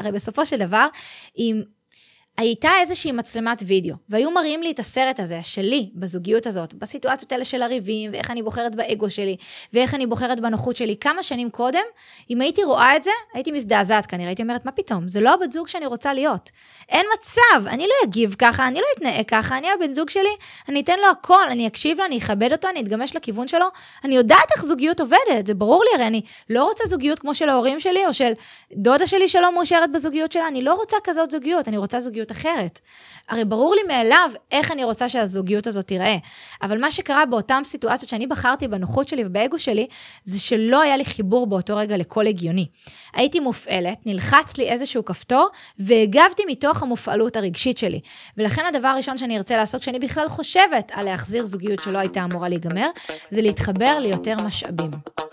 הרי בסופו של דבר, אם הייתה איזושהי מצלמת וידאו, והיו מראים לי את הסרט הזה, שלי, בזוגיות הזאת, בסיטואציות האלה של הריבים, ואיך אני בוחרת באגו שלי, ואיך אני בוחרת בנוחות שלי, כמה שנים קודם, אם הייתי רואה את זה, הייתי מזדעזעת כנראה, הייתי אומרת, מה פתאום? זה לא הבת זוג שאני רוצה להיות. אין מצב, אני לא אגיב ככה, אני לא אתנהג ככה, אני הבן זוג שלי, אני אתן לו הכל, אני אקשיב לו, אני אכבד אותו, אני אתגמש לכיוון שלו, אני יודעת איך זוגיות עובדת, זה ברור לי, הרי אני לא רוצה זוגיות כמו של ההורים שלי, או של דודה שלי שלא מאושרת בזוגיות שלה, אני לא רוצה כזאת זוגיות, אני רוצה זוגיות אחרת. הרי ברור לי מאליו איך אני רוצה שהזוגיות הזאת תיראה. אבל מה שקרה באותן סיטואציות שאני בחרתי בנוחות שלי ובאגו שלי, זה שלא היה לי חיבור באותו רגע לכל הגיוני. הייתי מופעלת, נלחץ לי איזשהו כפתור, והגבתי מתוך המופעלות הרגשית שלי. ולכן הדבר הראשון שאני ארצה לעשות, כשאני בכלל חושבת על להחזיר זוגיות שלא הייתה אמורה להיגמר, זה להתחבר ליותר משאבים.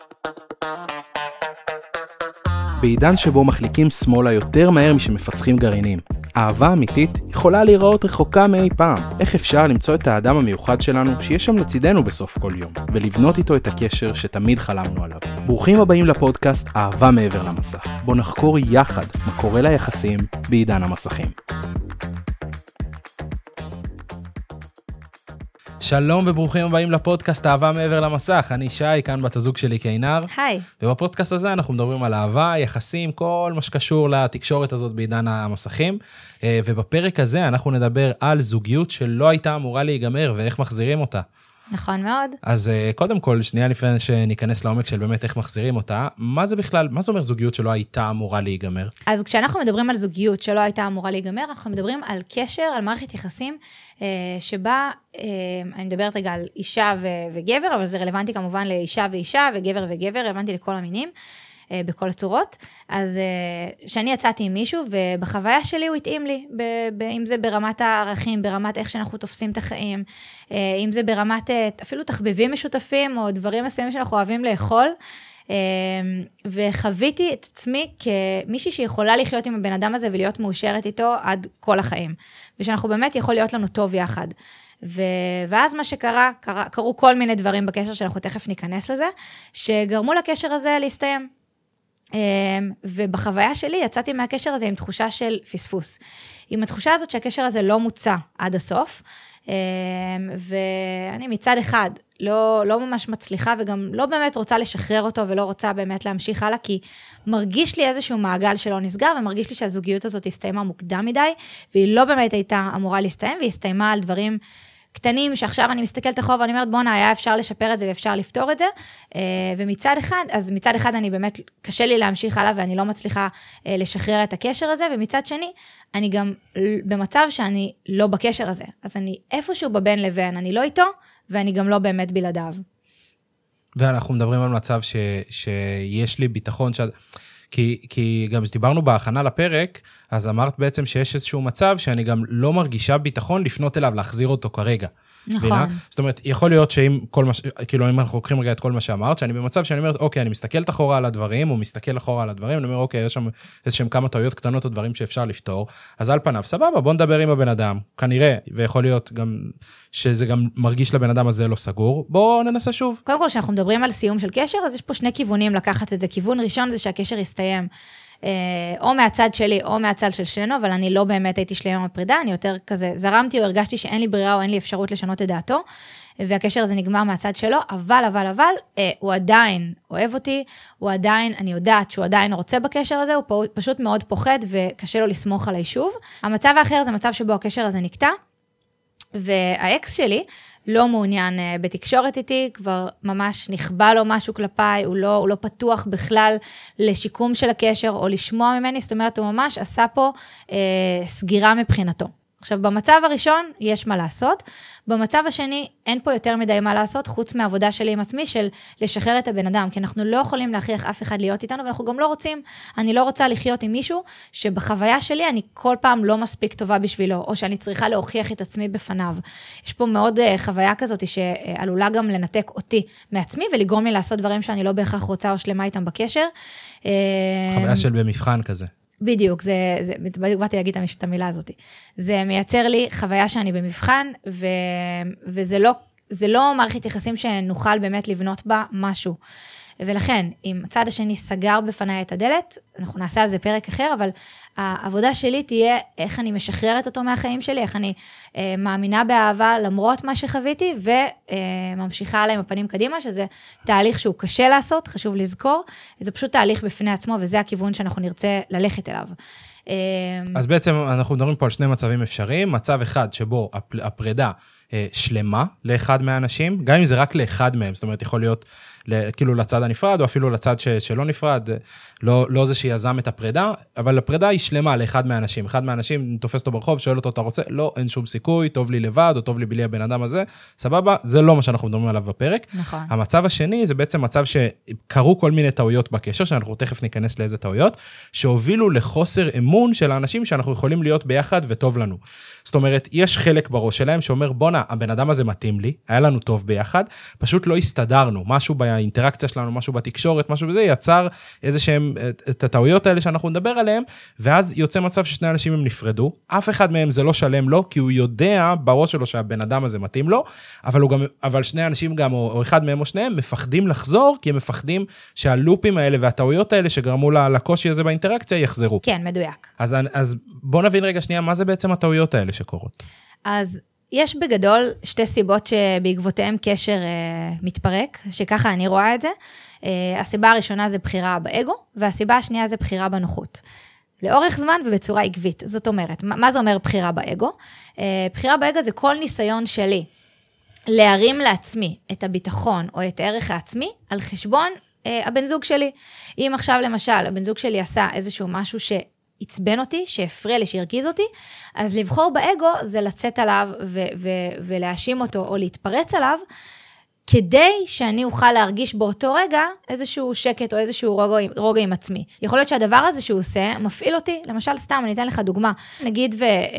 בעידן שבו מחליקים שמאלה יותר מהר משמפצחים גרעינים. אהבה אמיתית יכולה להיראות רחוקה מאי פעם. איך אפשר למצוא את האדם המיוחד שלנו שיש שם לצידנו בסוף כל יום, ולבנות איתו את הקשר שתמיד חלמנו עליו. ברוכים הבאים לפודקאסט אהבה מעבר למסך. בוא נחקור יחד מה קורה ליחסים בעידן המסכים. שלום וברוכים הבאים לפודקאסט אהבה מעבר למסך. אני שי, כאן בת הזוג שלי קינר. היי. ובפודקאסט הזה אנחנו מדברים על אהבה, יחסים, כל מה שקשור לתקשורת הזאת בעידן המסכים. ובפרק הזה אנחנו נדבר על זוגיות שלא הייתה אמורה להיגמר ואיך מחזירים אותה. נכון מאוד. אז קודם כל, שנייה לפני שניכנס לעומק של באמת איך מחזירים אותה, מה זה בכלל, מה זה אומר זוגיות שלא הייתה אמורה להיגמר? אז כשאנחנו מדברים על זוגיות שלא הייתה אמורה להיגמר, אנחנו מדברים על קשר, על מערכת יחסים, שבה, אני מדברת רגע על אישה וגבר, אבל זה רלוונטי כמובן לאישה ואישה, וגבר וגבר, רלוונטי לכל המינים, בכל הצורות. אז שאני יצאתי עם מישהו, ובחוויה שלי הוא התאים לי, אם זה ברמת הערכים, ברמת איך שאנחנו תופסים את החיים, אם זה ברמת אפילו תחביבים משותפים, או דברים מסוימים שאנחנו אוהבים לאכול, וחוויתי את עצמי כמישהי שיכולה לחיות עם הבן אדם הזה, ולהיות מאושרת איתו עד כל החיים. ושאנחנו באמת יכול להיות לנו טוב יחד. ואז מה שקרה, קרו כל מיני דברים בקשר, שאנחנו תכף ניכנס לזה, שגרמו לקשר הזה להסתיים. ובחוויה שלי יצאתי מהקשר הזה עם תחושה של פספוס. עם התחושה הזאת שהקשר הזה לא מוצא עד הסוף, ואני מצד אחד לא ממש מצליחה, וגם לא באמת רוצה לשחרר אותו, ולא רוצה באמת להמשיך הלאה, כי מרגיש לי איזשהו מעגל שלא נסגר, ומרגיש לי שהזוגיות הזאת הסתיימה מוקדם מדי, והיא לא באמת הייתה אמורה להסתיים, והיא הסתיימה על דברים קטנים, שעכשיו אני מסתכלת אחורה, ואני אומרת, בונה, היה אפשר לשפר את זה, ואפשר לפתור את זה, ומצד אחד אני באמת, קשה לי להמשיך הלאה, ואני לא מצליחה לשחרר את הקשר הזה, ומצד שני, אני גם במצב שאני לא בקשר הזה, אז אני איפשהו בבין לבין, אני לא איתו, ואני גם לא באמת בלעדיו. ואנחנו מדברים על מצב שיש לי ביטחון, כי גם שדיברנו בהכנה לפרק, אז אמרת בעצם שיש איזשהו מצב שאני גם לא מרגישה ביטחון לפנות אליו, להחזיר אותו כרגע. נכון. זאת אומרת, יכול להיות שאם כאילו אם אנחנו לוקחים רגע את כל מה שאמרת, שאני במצב שאני אומרת, אוקיי, אני מסתכלת אחורה על הדברים, או מסתכל אחורה על הדברים, אני אומר, אוקיי, יש שם איזשהם כמה טעויות קטנות או דברים שאפשר לפתור, אז על פניו, סבבה, בוא נדבר עם הבן אדם, כנראה, ויכול להיות גם שזה גם מרגיש לבן אדם הזה לא סגור, בוא ננסה שוב. קודם כל, כשאנחנו מדברים על סיום של קשר, אז יש פה שני כיוונים לקחת את זה. כיוון ראשון זה שהקשר יסתיים, או מהצד שלי, או מהצד של שנינו, אבל אני לא באמת הייתי שלמה עם הפרידה, אני יותר כזה זרמתי או הרגשתי שאין לי ברירה או אין לי אפשרות לשנות את דעתו, והקשר הזה נגמר מהצד שלו, אבל, הוא עדיין אוהב אותי, הוא עדיין, אני יודעת שהוא עדיין רוצה בקשר הזה, הוא פשוט מאוד פוחד וקשה לו לסמוך עליי שוב. המצב האחר זה מצב שבו הקשר הזה נקטע, והאקס שלי לא מעוניין בתקשורת איתי, כבר ממש נכבה לו משהו כלפיי, הוא לא פתוח בכלל לשיקום של הקשר או לשמוע ממני, זאת אומרת, הוא ממש עשה פה סגירה מבחינתו. עכשיו, במצב הראשון יש מה לעשות, במצב השני אין פה יותר מדי מה לעשות, חוץ מהעבודה שלי עם עצמי של לשחרר את הבן אדם, כי אנחנו לא יכולים להכריח אף אחד להיות איתנו, ואנחנו גם לא רוצים, אני לא רוצה לחיות עם מישהו, שבחוויה שלי אני כל פעם לא מספיק טובה בשבילו, או שאני צריכה להוכיח את עצמי בפניו. יש פה מאוד חוויה כזאת, שעלולה גם לנתק אותי מעצמי, ולגרום לי לעשות דברים שאני לא בהכרח רוצה או שלמה איתם בקשר. חוויה של במבחן כזה. בדיוק, בדיוק באתי להגיד את המילה הזאת. זה מייצר לי חוויה שאני במבחן, וזה לא מערכת יחסים שנוכל באמת לבנות בה משהו. ולכן, אם הצד השני סגר בפניי את הדלת, אנחנו נעשה על זה פרק אחר, אבל העבודה שלי תהיה איך אני משחררת אותו מהחיים שלי, איך אני מאמינה באהבה למרות מה שחוויתי, וממשיכה עליי עם הפנים קדימה, שזה תהליך שהוא קשה לעשות, חשוב לזכור, זה פשוט תהליך בפני עצמו, וזה הכיוון שאנחנו נרצה ללכת אליו. אז בעצם אנחנו מדברים פה על שני מצבים אפשריים, מצב אחד שבו הפרידה שלמה לאחד מהאנשים, גם אם זה רק לאחד מהם, זאת אומרת יכול להיות כאילו לצד הנפרד, או אפילו לצד שלא נפרד, לא זה שיזם את הפרידה, אבל הפרידה היא שלמה לאחד מהאנשים, אחד מהאנשים תופס אותו ברחוב, שואל אותו, אתה רוצה? לא, אין שום סיכוי, טוב לי לבד, או טוב לי בלי הבן אדם הזה, סבבה, זה לא מה שאנחנו מדברים עליו בפרק. נכון. המצב השני זה בעצם מצב שקרו כל מיני טעויות בקשר, שאנחנו תכף ניכנס לאיזה טעויות, שהובילו לחוסר אמון של האנשים שאנחנו יכולים להיות ביחד וטוב לנו. זאת אומרת, יש חלק בראש שלהם שאומר, בונה, הבן אדם הזה מתאים לי, היה לנו טוב ביחד, פשוט לא הסתדרנו, משהו באינטראקציה שלנו, משהו בתקשורת, משהו בזה, יצר איזשהם, את הטעויות האלה שאנחנו נדבר עליהם, ואז יוצא מצב ששני אנשים הם נפרדו, אף אחד מהם זה לא שלם לו, כי הוא יודע בראש שלו שהבן אדם הזה מתאים לו, אבל שני אנשים גם, או אחד מהם או שניהם, מפחדים לחזור, כי הם מפחדים שהלופים האלה והטעויות האלה שגרמו לקושי הזה באינטראקציה יחזרו. כן, מדויק. אז בוא נבין רגע שנייה, מה זה בעצם הטעויות האלה שקורות? אז יש בגדול שתי סיבות שבעקבותיהם קשר מתפרק, שככה אני רואה את זה. הסיבה הראשונה זה בחירה באגו, והסיבה השנייה זה בחירה בנוחות. לאורך זמן ובצורה עקבית. זאת אומרת, מה זה אומר בחירה באגו? בחירה באגו זה כל ניסיון שלי להרים לעצמי את הביטחון או את הערך העצמי על חשבון הבן זוג שלי. אם עכשיו למשל הבן זוג שלי עשה איזשהו משהו שעצבן אותי, שהפריע לי, שהרגיז אותי, אז לבחור באגו זה לצאת עליו ולהאשים אותו או להתפרץ עליו, כדי שאני אוכל להרגיש באותו רגע איזשהו שקט או איזשהו רוגע עם עצמי. יכול להיות שהדבר הזה שהוא עושה מפעיל אותי, למשל סתם, אני אתן לך דוגמה, נגיד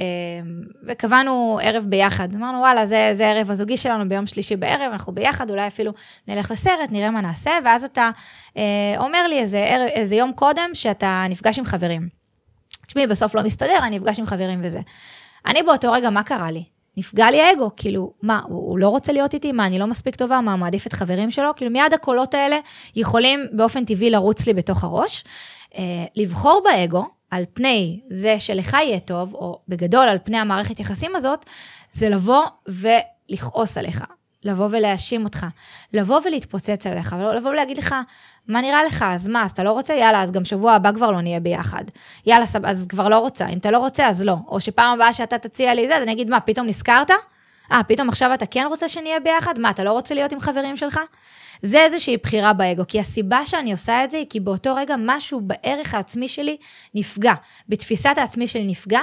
וקבענו ערב ביחד, אמרנו וואלה, זה ערב הזוגי שלנו ביום שלישי בערב, אנחנו ביחד, אולי אפילו נלך לסרט, נראה מה נעשה, ואז אתה אומר לי איזה יום קודם שאתה נפגש עם חברים. תשמעי, בסוף לא מסתדר, אני נפגש עם חברים וזה. אני באותו רגע, מה קרה לי? נפגע לי האגו, כאילו, מה, הוא לא רוצה להיות איתי? מה, אני לא מספיק טובה? מה, מעדיף את חברים שלו? כאילו, מיד הקולות האלה יכולים באופן טבעי לרוץ לי בתוך הראש. לבחור באגו, על פני זה שלך יהיה טוב, או בגדול על פני המערכת יחסים הזאת, זה לבוא ולכעוס עליך, לבוא ולהאשים אותך, לבוא ולהתפוצץ עליך, לבוא ולהגיד לך, מה נראה לך? אז מה, אז אתה לא רוצה? יאללה, אז גם שבוע הבא כבר לא נהיה ביחד. יאללה, אז כבר לא רוצה. אם אתה לא רוצה, אז לא. או שפעם הבאה שאתה תציע לי זה, אז אני אגיד, מה, פתאום נזכרת? פתאום עכשיו אתה כן רוצה שנהיה ביחד? מה, אתה לא רוצה להיות עם חברים שלך? זה איזושהי בחירה באגו, כי הסיבה שאני עושה את זה היא כי באותו רגע משהו בערך העצמי שלי נפגע, בתפיסת העצמי שלי נפגע,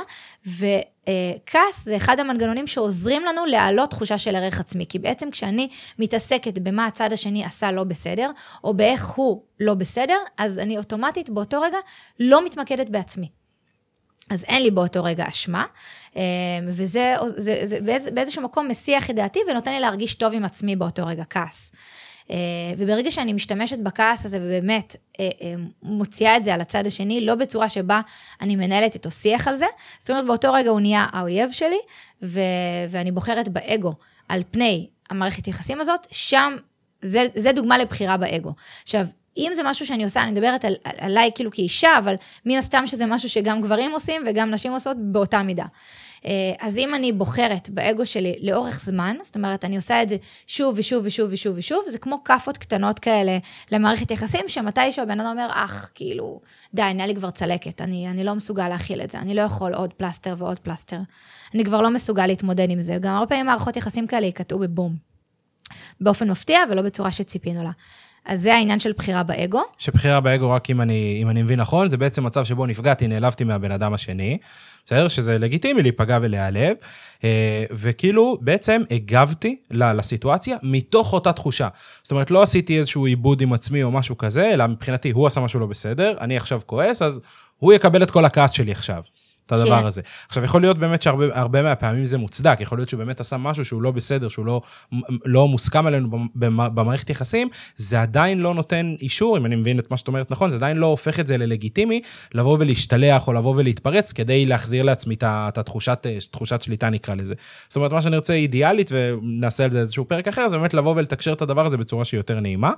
וכעס זה אחד המנגנונים שעוזרים לנו להעלות תחושה של ערך עצמי, כי בעצם כשאני מתעסקת במה הצד השני עשה לא בסדר, או באיך הוא לא בסדר, אז אני אוטומטית באותו רגע לא מתמקדת בעצמי. אז אין לי באותו רגע אשמה, וזה באיזשהו מקום מסיח את דעתי, ונותן לי להרגיש טוב עם עצמי באותו רגע, כעס. וברגע שאני משתמשת בכעס הזה, ובאמת מוציאה את זה על הצד השני, לא בצורה שבה אני מנהלת איתו שיח על זה, זאת אומרת, באותו רגע הוא נהיה האויב שלי, ואני בוחרת באגו על פני המערכת יחסים הזאת, שם, זה דוגמה לבחירה באגו. עכשיו, אם זה משהו שאני עושה, אני מדברת עליי כאילו כאישה, אבל מן הסתם שזה משהו שגם גברים עושים, וגם נשים עושות באותה מידה. אז אם אני בוחרת באגו שלי לאורך זמן, זאת אומרת, אני עושה את זה שוב ושוב ושוב ושוב ושוב, זה כמו כפות קטנות כאלה למערכת יחסים, שמתישהו הבן אדם אומר, כאילו, די, נהיה לי כבר צלקת, אני לא מסוגל להכיל את זה, אני לא יכול עוד פלסטר ועוד פלסטר, אני כבר לא מסוגל להתמודד עם זה, גם הרבה פעמים מערכות יחסים כאלה יקטעו בבום, באופן מפתיע ולא בצורה שציפינו לה. אז זה העניין של בחירה באגו. שבחירה באגו, רק אם אני מבין נכון, זה בעצם מצב שבו נפגעתי, נעלבתי מהבן אדם השני, בסדר? שזה לגיטימי להיפגע ולהיעלב, וכאילו בעצם הגבתי לסיטואציה מתוך אותה תחושה. זאת אומרת, לא עשיתי איזשהו עיבוד עם עצמי או משהו כזה, אלא מבחינתי הוא עשה משהו לא בסדר, אני עכשיו כועס, אז הוא יקבל את כל הכעס שלי עכשיו. את הדבר הזה. עכשיו, יכול להיות באמת שהרבה מהפעמים זה מוצדק, יכול להיות שהוא באמת עשה משהו שהוא לא בסדר, שהוא לא מוסכם עלינו במערכת יחסים, זה עדיין לא נותן אישור, אם אני מבין את מה שאת אומרת נכון, זה עדיין לא הופך את זה ללגיטימי, לבוא ולהשתלח או לבוא ולהתפרץ, כדי להחזיר לעצמי את התחושת שליטה נקרא לזה. זאת אומרת, מה שאני רוצה אידיאלית, ונעשה על זה איזשהו פרק אחר, זה באמת לבוא ולתקשר את הדבר הזה בצורה שהיא יותר נעימה,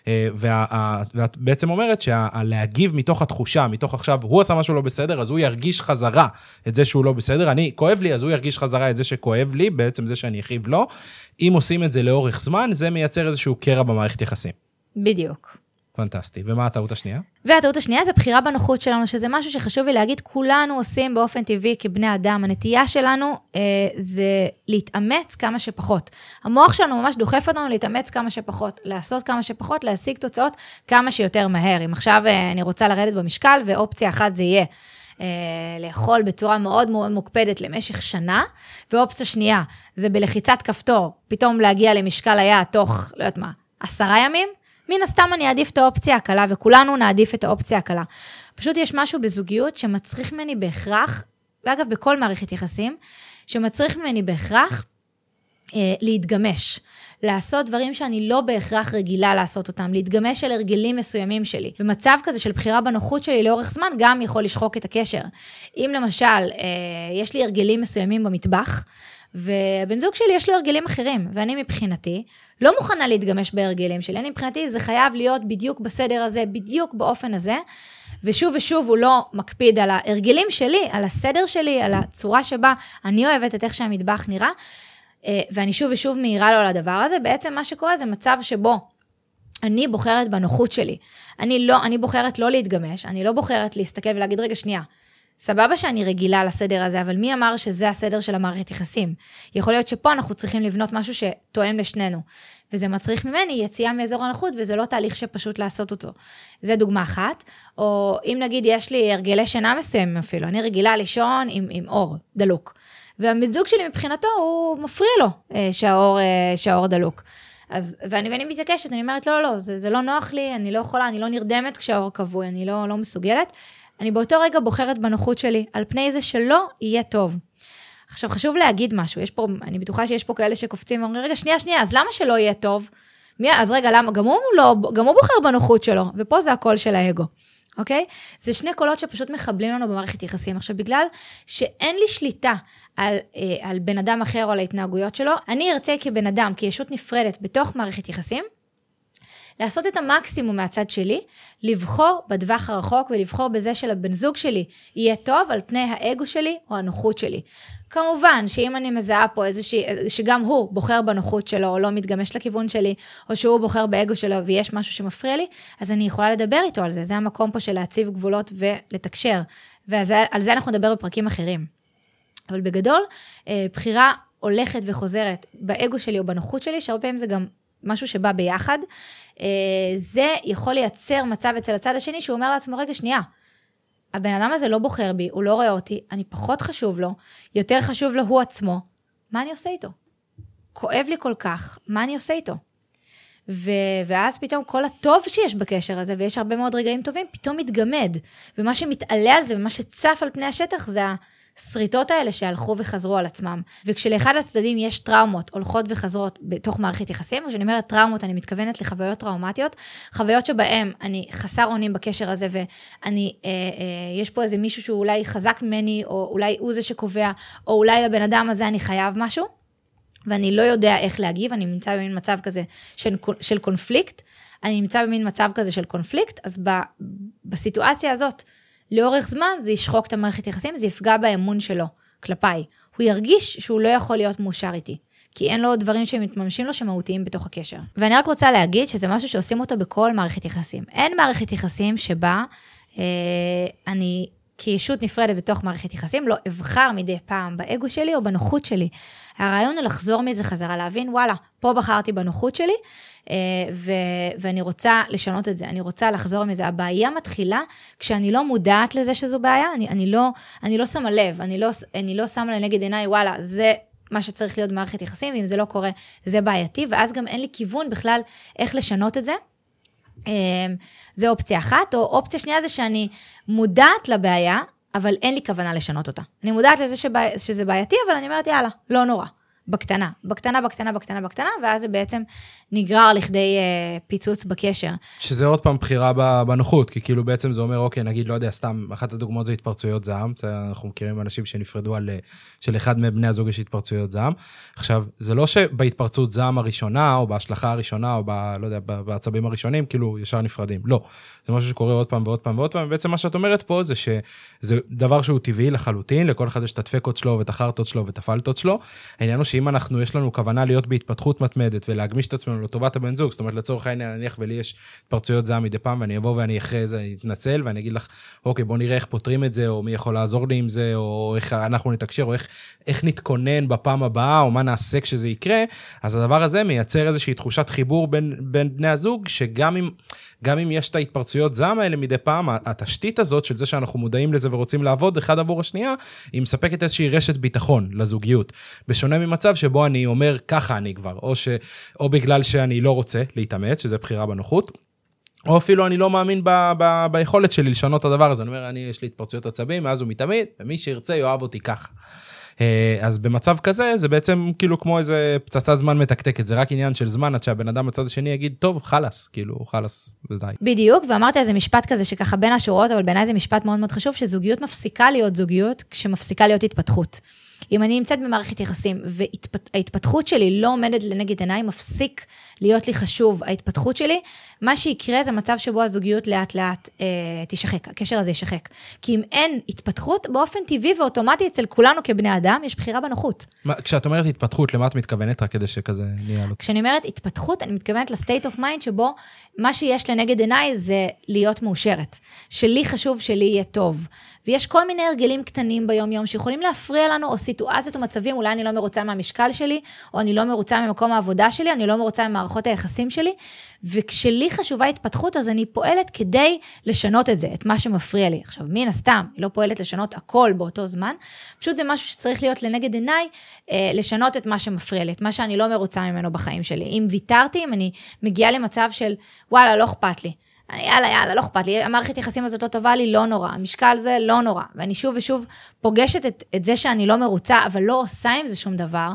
ואת בעצם אומרת שהלהגיב מתוך התחושה, מתוך עכשיו, הוא עשה משהו לא בסדר, אז הוא ירגיש חזרה את זה שהוא לא בסדר, אני כואב לי, אז הוא ירגיש חזרה את זה שכואב לי, בעצם זה שאני אחיב לו, אם עושים את זה לאורך זמן, זה מייצר איזשהו קרע במערכת יחסים. בדיוק. פנטסטי. ומה הטעות השנייה? והטעות השנייה זה בחירה בנוחות שלנו, שזה משהו שחשוב לי להגיד, כולנו עושים באופן טבעי כבני אדם. הנטייה שלנו זה להתאמץ כמה שפחות. המוח שלנו ממש דוחף אותנו להתאמץ כמה שפחות, לעשות כמה שפחות, להשיג תוצאות כמה שיותר מהר. אם עכשיו אני רוצה לרדת במשקל, ואופציה אחת זה יהיה לאכול בצורה מאוד מאוד מוקפדת למשך שנה, ואופציה שנייה זה בלחיצת כפתור, פתאום להגיע למשקל היעד תוך, לא יודעת מה, 10 ימים, מן הסתם אני אעדיף את האופציה הקלה, וכולנו נעדיף את האופציה הקלה. פשוט יש משהו בזוגיות שמצריך ממני בהכרח, ואגב בכל מערכת יחסים, שמצריך ממני בהכרח להתגמש, לעשות דברים שאני לא בהכרח רגילה לעשות אותם, להתגמש על הרגלים מסוימים שלי. ומצב כזה של בחירה בנוחות שלי לאורך זמן, גם יכול לשחוק את הקשר. אם למשל, יש לי הרגלים מסוימים במטבח, ובן זוג שלי יש לו הרגלים אחרים, ואני מבחינתי לא מוכנה להתגמש בהרגלים שלי, אני מבחינתי זה חייב להיות בדיוק בסדר הזה, בדיוק באופן הזה, ושוב ושוב הוא לא מקפיד על ההרגלים שלי, על הסדר שלי, על הצורה שבה אני אוהבת את איך שהמטבח נראה, ואני שוב ושוב מהירה לו על הדבר הזה, בעצם מה שקורה זה מצב שבו אני בוחרת בנוחות שלי, אני בוחרת לא להתגמש, אני לא בוחרת להסתכל ולהגיד רגע שנייה, סבבה שאני רגילה לסדר הזה, אבל מי אמר שזה הסדר של המערכת יחסים? יכול להיות שפה אנחנו צריכים לבנות משהו שתואם לשנינו, וזה מצריך ממני יציאה מאזור הנוחות, וזה לא תהליך שפשוט לעשות אותו. זה דוגמה אחת, או אם נגיד יש לי הרגלי שינה מסוימים אפילו, אני רגילה לישון עם אור דלוק, והמזוג שלי מבחינתו הוא מפריע לו שהאור דלוק. ואני מתעקשת, אני אומרת לא, זה לא נוח לי, אני לא יכולה, אני לא נרדמת כשהאור כבוי, אני לא מסוגלת. אני באותו רגע בוחרת בנוחות שלי, על פני זה שלא יהיה טוב. עכשיו חשוב להגיד משהו, אני בטוחה שיש פה כאלה שקופצים ואומרים, רגע, שנייה, אז למה שלא יהיה טוב? אז רגע, למה? גם הוא בוחר בנוחות שלו, ופה זה הקול של האגו, אוקיי? זה שני קולות שפשוט מחבלים לנו במערכת יחסים. עכשיו, בגלל שאין לי שליטה על בן אדם אחר או על ההתנהגויות שלו, אני ארצה כבן אדם, כישות נפרדת בתוך מערכת יחסים, לעשות את המקסימום מהצד שלי, לבחור בטווח הרחוק ולבחור בזה של הבן זוג שלי יהיה טוב על פני האגו שלי או הנוחות שלי. כמובן שאם אני מזהה פה שגם הוא בוחר בנוחות שלו או לא מתגמש לכיוון שלי, או שהוא בוחר באגו שלו ויש משהו שמפריע לי, אז אני יכולה לדבר איתו על זה. זה המקום פה של להציב גבולות ולתקשר. ועל זה אנחנו נדבר בפרקים אחרים. אבל בגדול, בחירה הולכת וחוזרת באגו שלי או בנוחות שלי, שהרבה פעמים זה גם משהו שבא ביחד, זה יכול לייצר מצב אצל הצד השני, שהוא אומר לעצמו, רגע, שנייה, הבן אדם הזה לא בוחר בי, הוא לא רואה אותי, אני פחות חשוב לו, יותר חשוב לו הוא עצמו, מה אני עושה איתו? כואב לי כל כך, מה אני עושה איתו? ואז פתאום כל הטוב שיש בקשר הזה, ויש הרבה מאוד רגעים טובים, פתאום מתגמד, ומה שמתעלה על זה, ומה שצף על פני השטח, זה השריטות האלה שהלכו וחזרו על עצמם. וכשלאחד הצדדים יש טראומות, הולכות וחזרות בתוך מערכת יחסים, כשאני אומרת טראומות, אני מתכוונת לחוויות טראומטיות, חוויות שבהם אני חסר אונים בקשר הזה, יש פה איזה מישהו שהוא אולי חזק ממני, או אולי הוא זה שקובע, או אולי לבן אדם הזה אני חייב משהו, ואני לא יודע איך להגיב, אני נמצא במין מצב כזה של קונפליקט, אז בסיטואציה הזאת, לאורך זמן זה ישחוק את המערכת יחסים, זה יפגע באמון שלו כלפיי. הוא ירגיש שהוא לא יכול להיות מאושר איתי, כי אין לו דברים שמתממשים לו שמהותיים בתוך הקשר. ואני רק רוצה להגיד שזה משהו שעושים אותו בכל מערכת יחסים. אין מערכת יחסים שבה אני כישות נפרדת בתוך מערכת יחסים, לא אבחר מדי פעם באגו שלי או בנוחות שלי. הרעיון הוא לחזור מזה חזרה, להבין, וואלה, פה בחרתי בנוחות שלי, ואני רוצה לשנות את זה, אני רוצה לחזור מזה. הבעיה מתחילה כשאני לא מודעת לזה שזו בעיה, אני לא שמה לב, אני לא שמה לנגד עיניי, וואלה, זה מה שצריך להיות במערכת יחסים, ואם זה לא קורה, זה בעייתי, ואז גם אין לי כיוון בכלל איך לשנות את זה. זה אופציה אחת, או אופציה שנייה זה שאני מודעת לבעיה, אבל אין לי כוונה לשנות אותה. אני מודעת לזה שזה בעייתי, אבל אני אומרת, יאללה, לא נורא. בקטנה, ואז זה בעצם נגרר לכדי פיצוץ בקשר. שזה עוד פעם בחירה בנוחות, כי כאילו בעצם זה אומר, אוקיי, נגיד, לא יודע, סתם, אחת הדוגמאות זה התפרצויות זעם, אנחנו מכירים אנשים שנפרדו של אחד מבני הזוג יש התפרצויות זעם. עכשיו, זה לא שבהתפרצות זעם הראשונה, או בהשלכה הראשונה, או לא יודע, בעצבים הראשונים, כאילו ישר נפרדים. לא. זה משהו שקורה עוד פעם ועוד פעם ועוד פעם, ובעצם מה שאת אומרת פה זה שזה דבר שהוא טבעי לחלוטין, לכל אחד יש את הדפקות שלו ואת החרטות שלו ואת הפלטות שלו. העניין הוא שאם יש לנו כוונה להיות בהתפתחות מתמדת ולהגמיש את עצמנו לטובת הבן זוג, זאת אומרת לצורך העניין נניח ולי יש התפרצויות זעם מדי פעם ואני אבוא ואני אחרי זה אתנצל ואני אגיד לך, אוקיי, בוא נראה איך פותרים את זה, או מי יכול לעזור לי עם זה, או איך אנחנו נתקשר, או איך נתכונן בפעם הבאה, או מה נעשה כשזה יקרה. אז הדבר הזה מייצר איזושהי תחושת חיבור בין בני הזוג, שגם אם יש את ההתפרצויות זעם האלה מדי פעם, התשתית הזאת של זה שאנחנו מודעים לזה ורוצים לעבוד אחד עבור השנייה, היא מספקת איזושהי רשת ביטחון לזוגיות. בשונה ממצב שבו אני אומר ככה אני כבר, או בגלל שאני לא רוצה להתאמץ, שזה בחירה בנוחות, או אפילו אני לא מאמין ביכולת שלי לשנות את הדבר הזה. אני אומר, יש לי התפרצויות עצבים, מאז הוא מתאמין, ומי שירצה יאהב אותי ככה. אז במצב כזה, זה בעצם כאילו כמו איזה פצצת זמן מתקתקת, זה רק עניין של זמן, עד שהבן אדם בצד השני יגיד, טוב, חלס, כאילו, חלס, ודי. בדיוק, ואמרתי איזה משפט כזה שככה בין השורות, אבל בעיניי זה משפט מאוד מאוד חשוב, שזוגיות מפסיקה להיות זוגיות, כשמפסיקה להיות התפתחות. אם אני נמצאת במערכת יחסים, וההתפתחות שלי לא עומדת לנגד עיניי, מפסיק להיות לי חשוב, ההתפתחות שלי, מה שיקרה זה מצב שבו הזוגיות לאט לאט תשחק, הקשר הזה ישחק. כי אם אין התפתחות, באופן טבעי ואוטומטי אצל כולנו כבני אדם, יש בחירה בנוחות. כשאת אומרת התפתחות, למה את מתכוונת רק כדי שכזה נהיה לו? כשאני אומרת התפתחות, אני מתכוונת לסטייט אוף מיינד, שבו מה שיש לנגד עיניי זה להיות מאושרת. שלי חשוב שלי יהיה טוב. ויש כל מיני הרגלים קטנים ביום יום שיכולים להפריע לנו, או סיטואציות או מצבים, אולי אני לא מרוצה מהמשקל שלי, או אני לא מרוצה ממקום העבודה שלי, אני לא מרוצה ממערכות היחסים שלי, וכשלי חשובה התפתחות, אז אני פועלת כדי לשנות את זה, את מה שמפריע לי. עכשיו, מן הסתם, היא לא פועלת לשנות הכל באותו זמן, פשוט זה משהו שצריך להיות לנגד עיניי, לשנות את מה שמפריע לי, את מה שאני לא מרוצה ממנו בחיים שלי. אם ויתרתי, אם אני מגיעה למצב של, וואלה, לא אכפת לי. יאללה, לא אכפת לי, המערכת יחסים הזאת לא טובה לי, לא נורא, המשקל זה לא נורא, ואני שוב ושוב פוגשת את זה שאני לא מרוצה, אבל לא עושה עם זה שום דבר,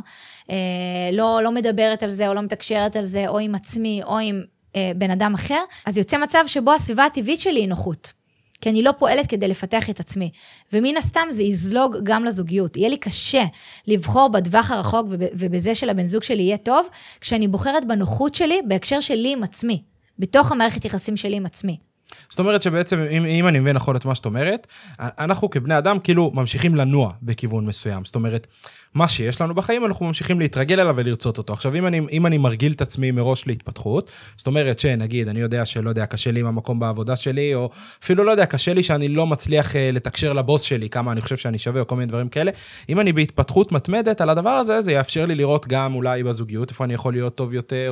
לא מדברת על זה, או לא מתקשרת על זה, או עם עצמי, או עם בן אדם אחר, אז יוצא מצב שבו הסביבה הטבעית שלי היא נוחות, כי אני לא פועלת כדי לפתח את עצמי, ומן הסתם זה יזלוג גם לזוגיות, יהיה לי קשה לבחור בטווח הרחוק, ובזה של הבן זוג שלי יהיה טוב, כשאני בוחרת בנוחות שלי, בהקשר שלי עם עצמי, בתוך המערכת יחסים שלי עם עצמי. זאת אומרת שבעצם, אם אני מבין נכון את מה שאת אומרת, אנחנו כבני אדם כאילו ממשיכים לנוע בכיוון מסוים. זאת אומרת, מה שיש לנו בחיים, אנחנו ממשיכים להתרגל אליו ולרצות אותו. עכשיו, אם אני מרגיל את עצמי מראש להתפתחות, זאת אומרת שנגיד, אני יודע שלא יודע, קשה לי עם המקום בעבודה שלי, או אפילו לא יודע, קשה לי שאני לא מצליח לתקשר לבוס שלי, כמה אני חושב שאני שווה, או כל מיני דברים כאלה. אם אני בהתפתחות מתמדת על הדבר הזה, זה יאפשר לי לראות גם אולי בזוגיות, איפה אני יכול להיות טוב יותר,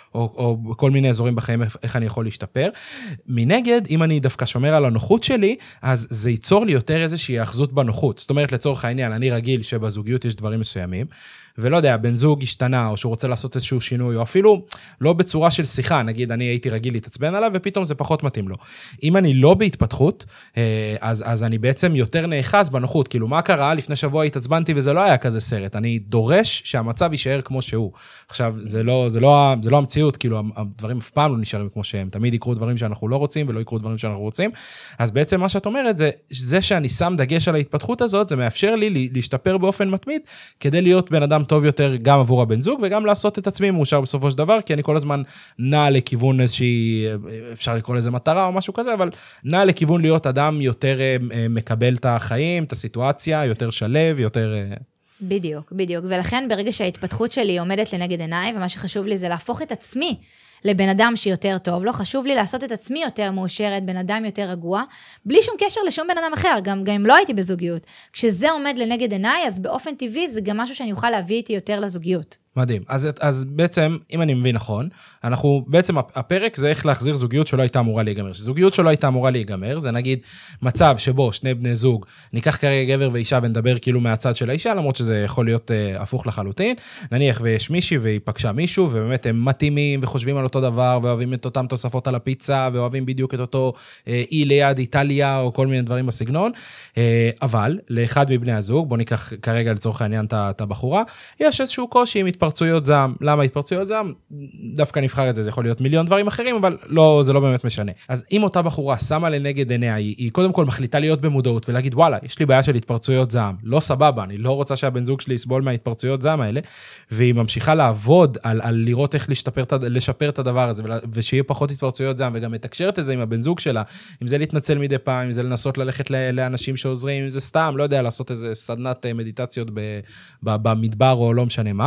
או כל מיני אזורים בחיים, איך אני יכול להשתפר. מנגד, אם אני דווקא שומר על הנוחות שלי, אז זה ייצור לי יותר איזושהי האחזות בנוחות. זאת אומרת, לצורך העניין, אני רגיל שבזוגיות יש דברים מסוימים, ולא יודע, בן זוג השתנה, או שהוא רוצה לעשות איזשהו שינוי, או אפילו לא בצורה של שיחה, נגיד, אני הייתי רגיל להתעצבן עליו, ופתאום זה פחות מתאים לו. אם אני לא בהתפתחות, אז אני בעצם יותר נאחז בנוחות, כאילו, מה קרה? לפני שבוע התעצבנתי, וזה לא היה כזה סרט. אני דורש שהמצב יישאר כמו שהוא. עכשיו, זה לא המציאות, כאילו, הדברים אף פעם לא נשארים כמו שהם. תמיד יקרו דברים שאנחנו לא רוצים, ולא יקרו דברים שאנחנו רוצים. אז בעצם מה שאת אומרת, זה שאני שם דגש על ההתפתחות הזאת, זה מאפשר לי להשתפר באופן מתמיד, כדי להיות בן אדם טוב יותר גם עבור הבן זוג, וגם לעשות את עצמי מאושר בסופו של דבר, כי אני כל הזמן נע לכיוון איזושהי, אפשר לקרוא לזה מטרה או משהו כזה, אבל נע לכיוון להיות אדם יותר מקבל את החיים, את הסיטואציה, יותר שלב, יותר... בדיוק, ולכן ברגע שההתפתחות שלי עומדת לנגד עיניי, ומה שחשוב לי זה להפוך את עצמי לבן אדם שיותר טוב, לא חשוב לי לעשות את עצמי יותר מאושרת, בן אדם יותר רגוע, בלי שום קשר לשום בן אדם אחר, גם אם לא הייתי בזוגיות. כשזה עומד לנגד עיניי, אז באופן טבעי זה גם משהו שאני אוכל להביא איתי יותר לזוגיות. מדהים. אז בעצם, אם אני מבין נכון, בעצם הפרק זה איך להחזיר זוגיות שלא הייתה אמורה להיגמר. שזוגיות שלא הייתה אמורה להיגמר, זה נגיד מצב שבו שני בני זוג, ניקח כרגע גבר ואישה ונדבר כאילו מהצד של האישה, למרות שזה יכול להיות הפוך לחלוטין. נניח ויש מישהי והיא פגשה מישהו, ובאמת הם מתאימים וחושבים על אותו דבר, ואוהבים את אותם תוספות על הפיצה, ואוהבים בדיוק את אותו אי ליד איטליה, או כל מיני דברים בסגנון, אבל לאחד מבני הזוג, בוא ניקח כרגע לצורך העניין את הבחורה, יש איזשהו קושי עם התפרצויות זעם. למה התפרצויות זעם? דווקא נבחר את זה, זה יכול להיות מיליון דברים אחרים, אבל לא, זה לא באמת משנה. אז אם אותה בחורה שמה לנגד עיניה, היא קודם כל מחליטה להיות במודעות, ולהגיד, וואלה, יש לי בעיה של התפרצויות זעם, לא סבבה, אני לא רוצה שהבן זוג שלי יסבול מההתפרצויות זעם האלה, והיא ממשיכה לעבוד על לראות איך לשפר את הדבר הזה, ושיהיה פחות התפרצויות זעם, וגם מתקשרת את זה עם הבן זוג שלה, אם זה להתנצל מדי פעם, אם זה לנסות ללכת לאנשים שעוזרים, אם זה סתם, לא יודע, לעשות איזה סדנת מדיטציות במדבר או לא משנה מה,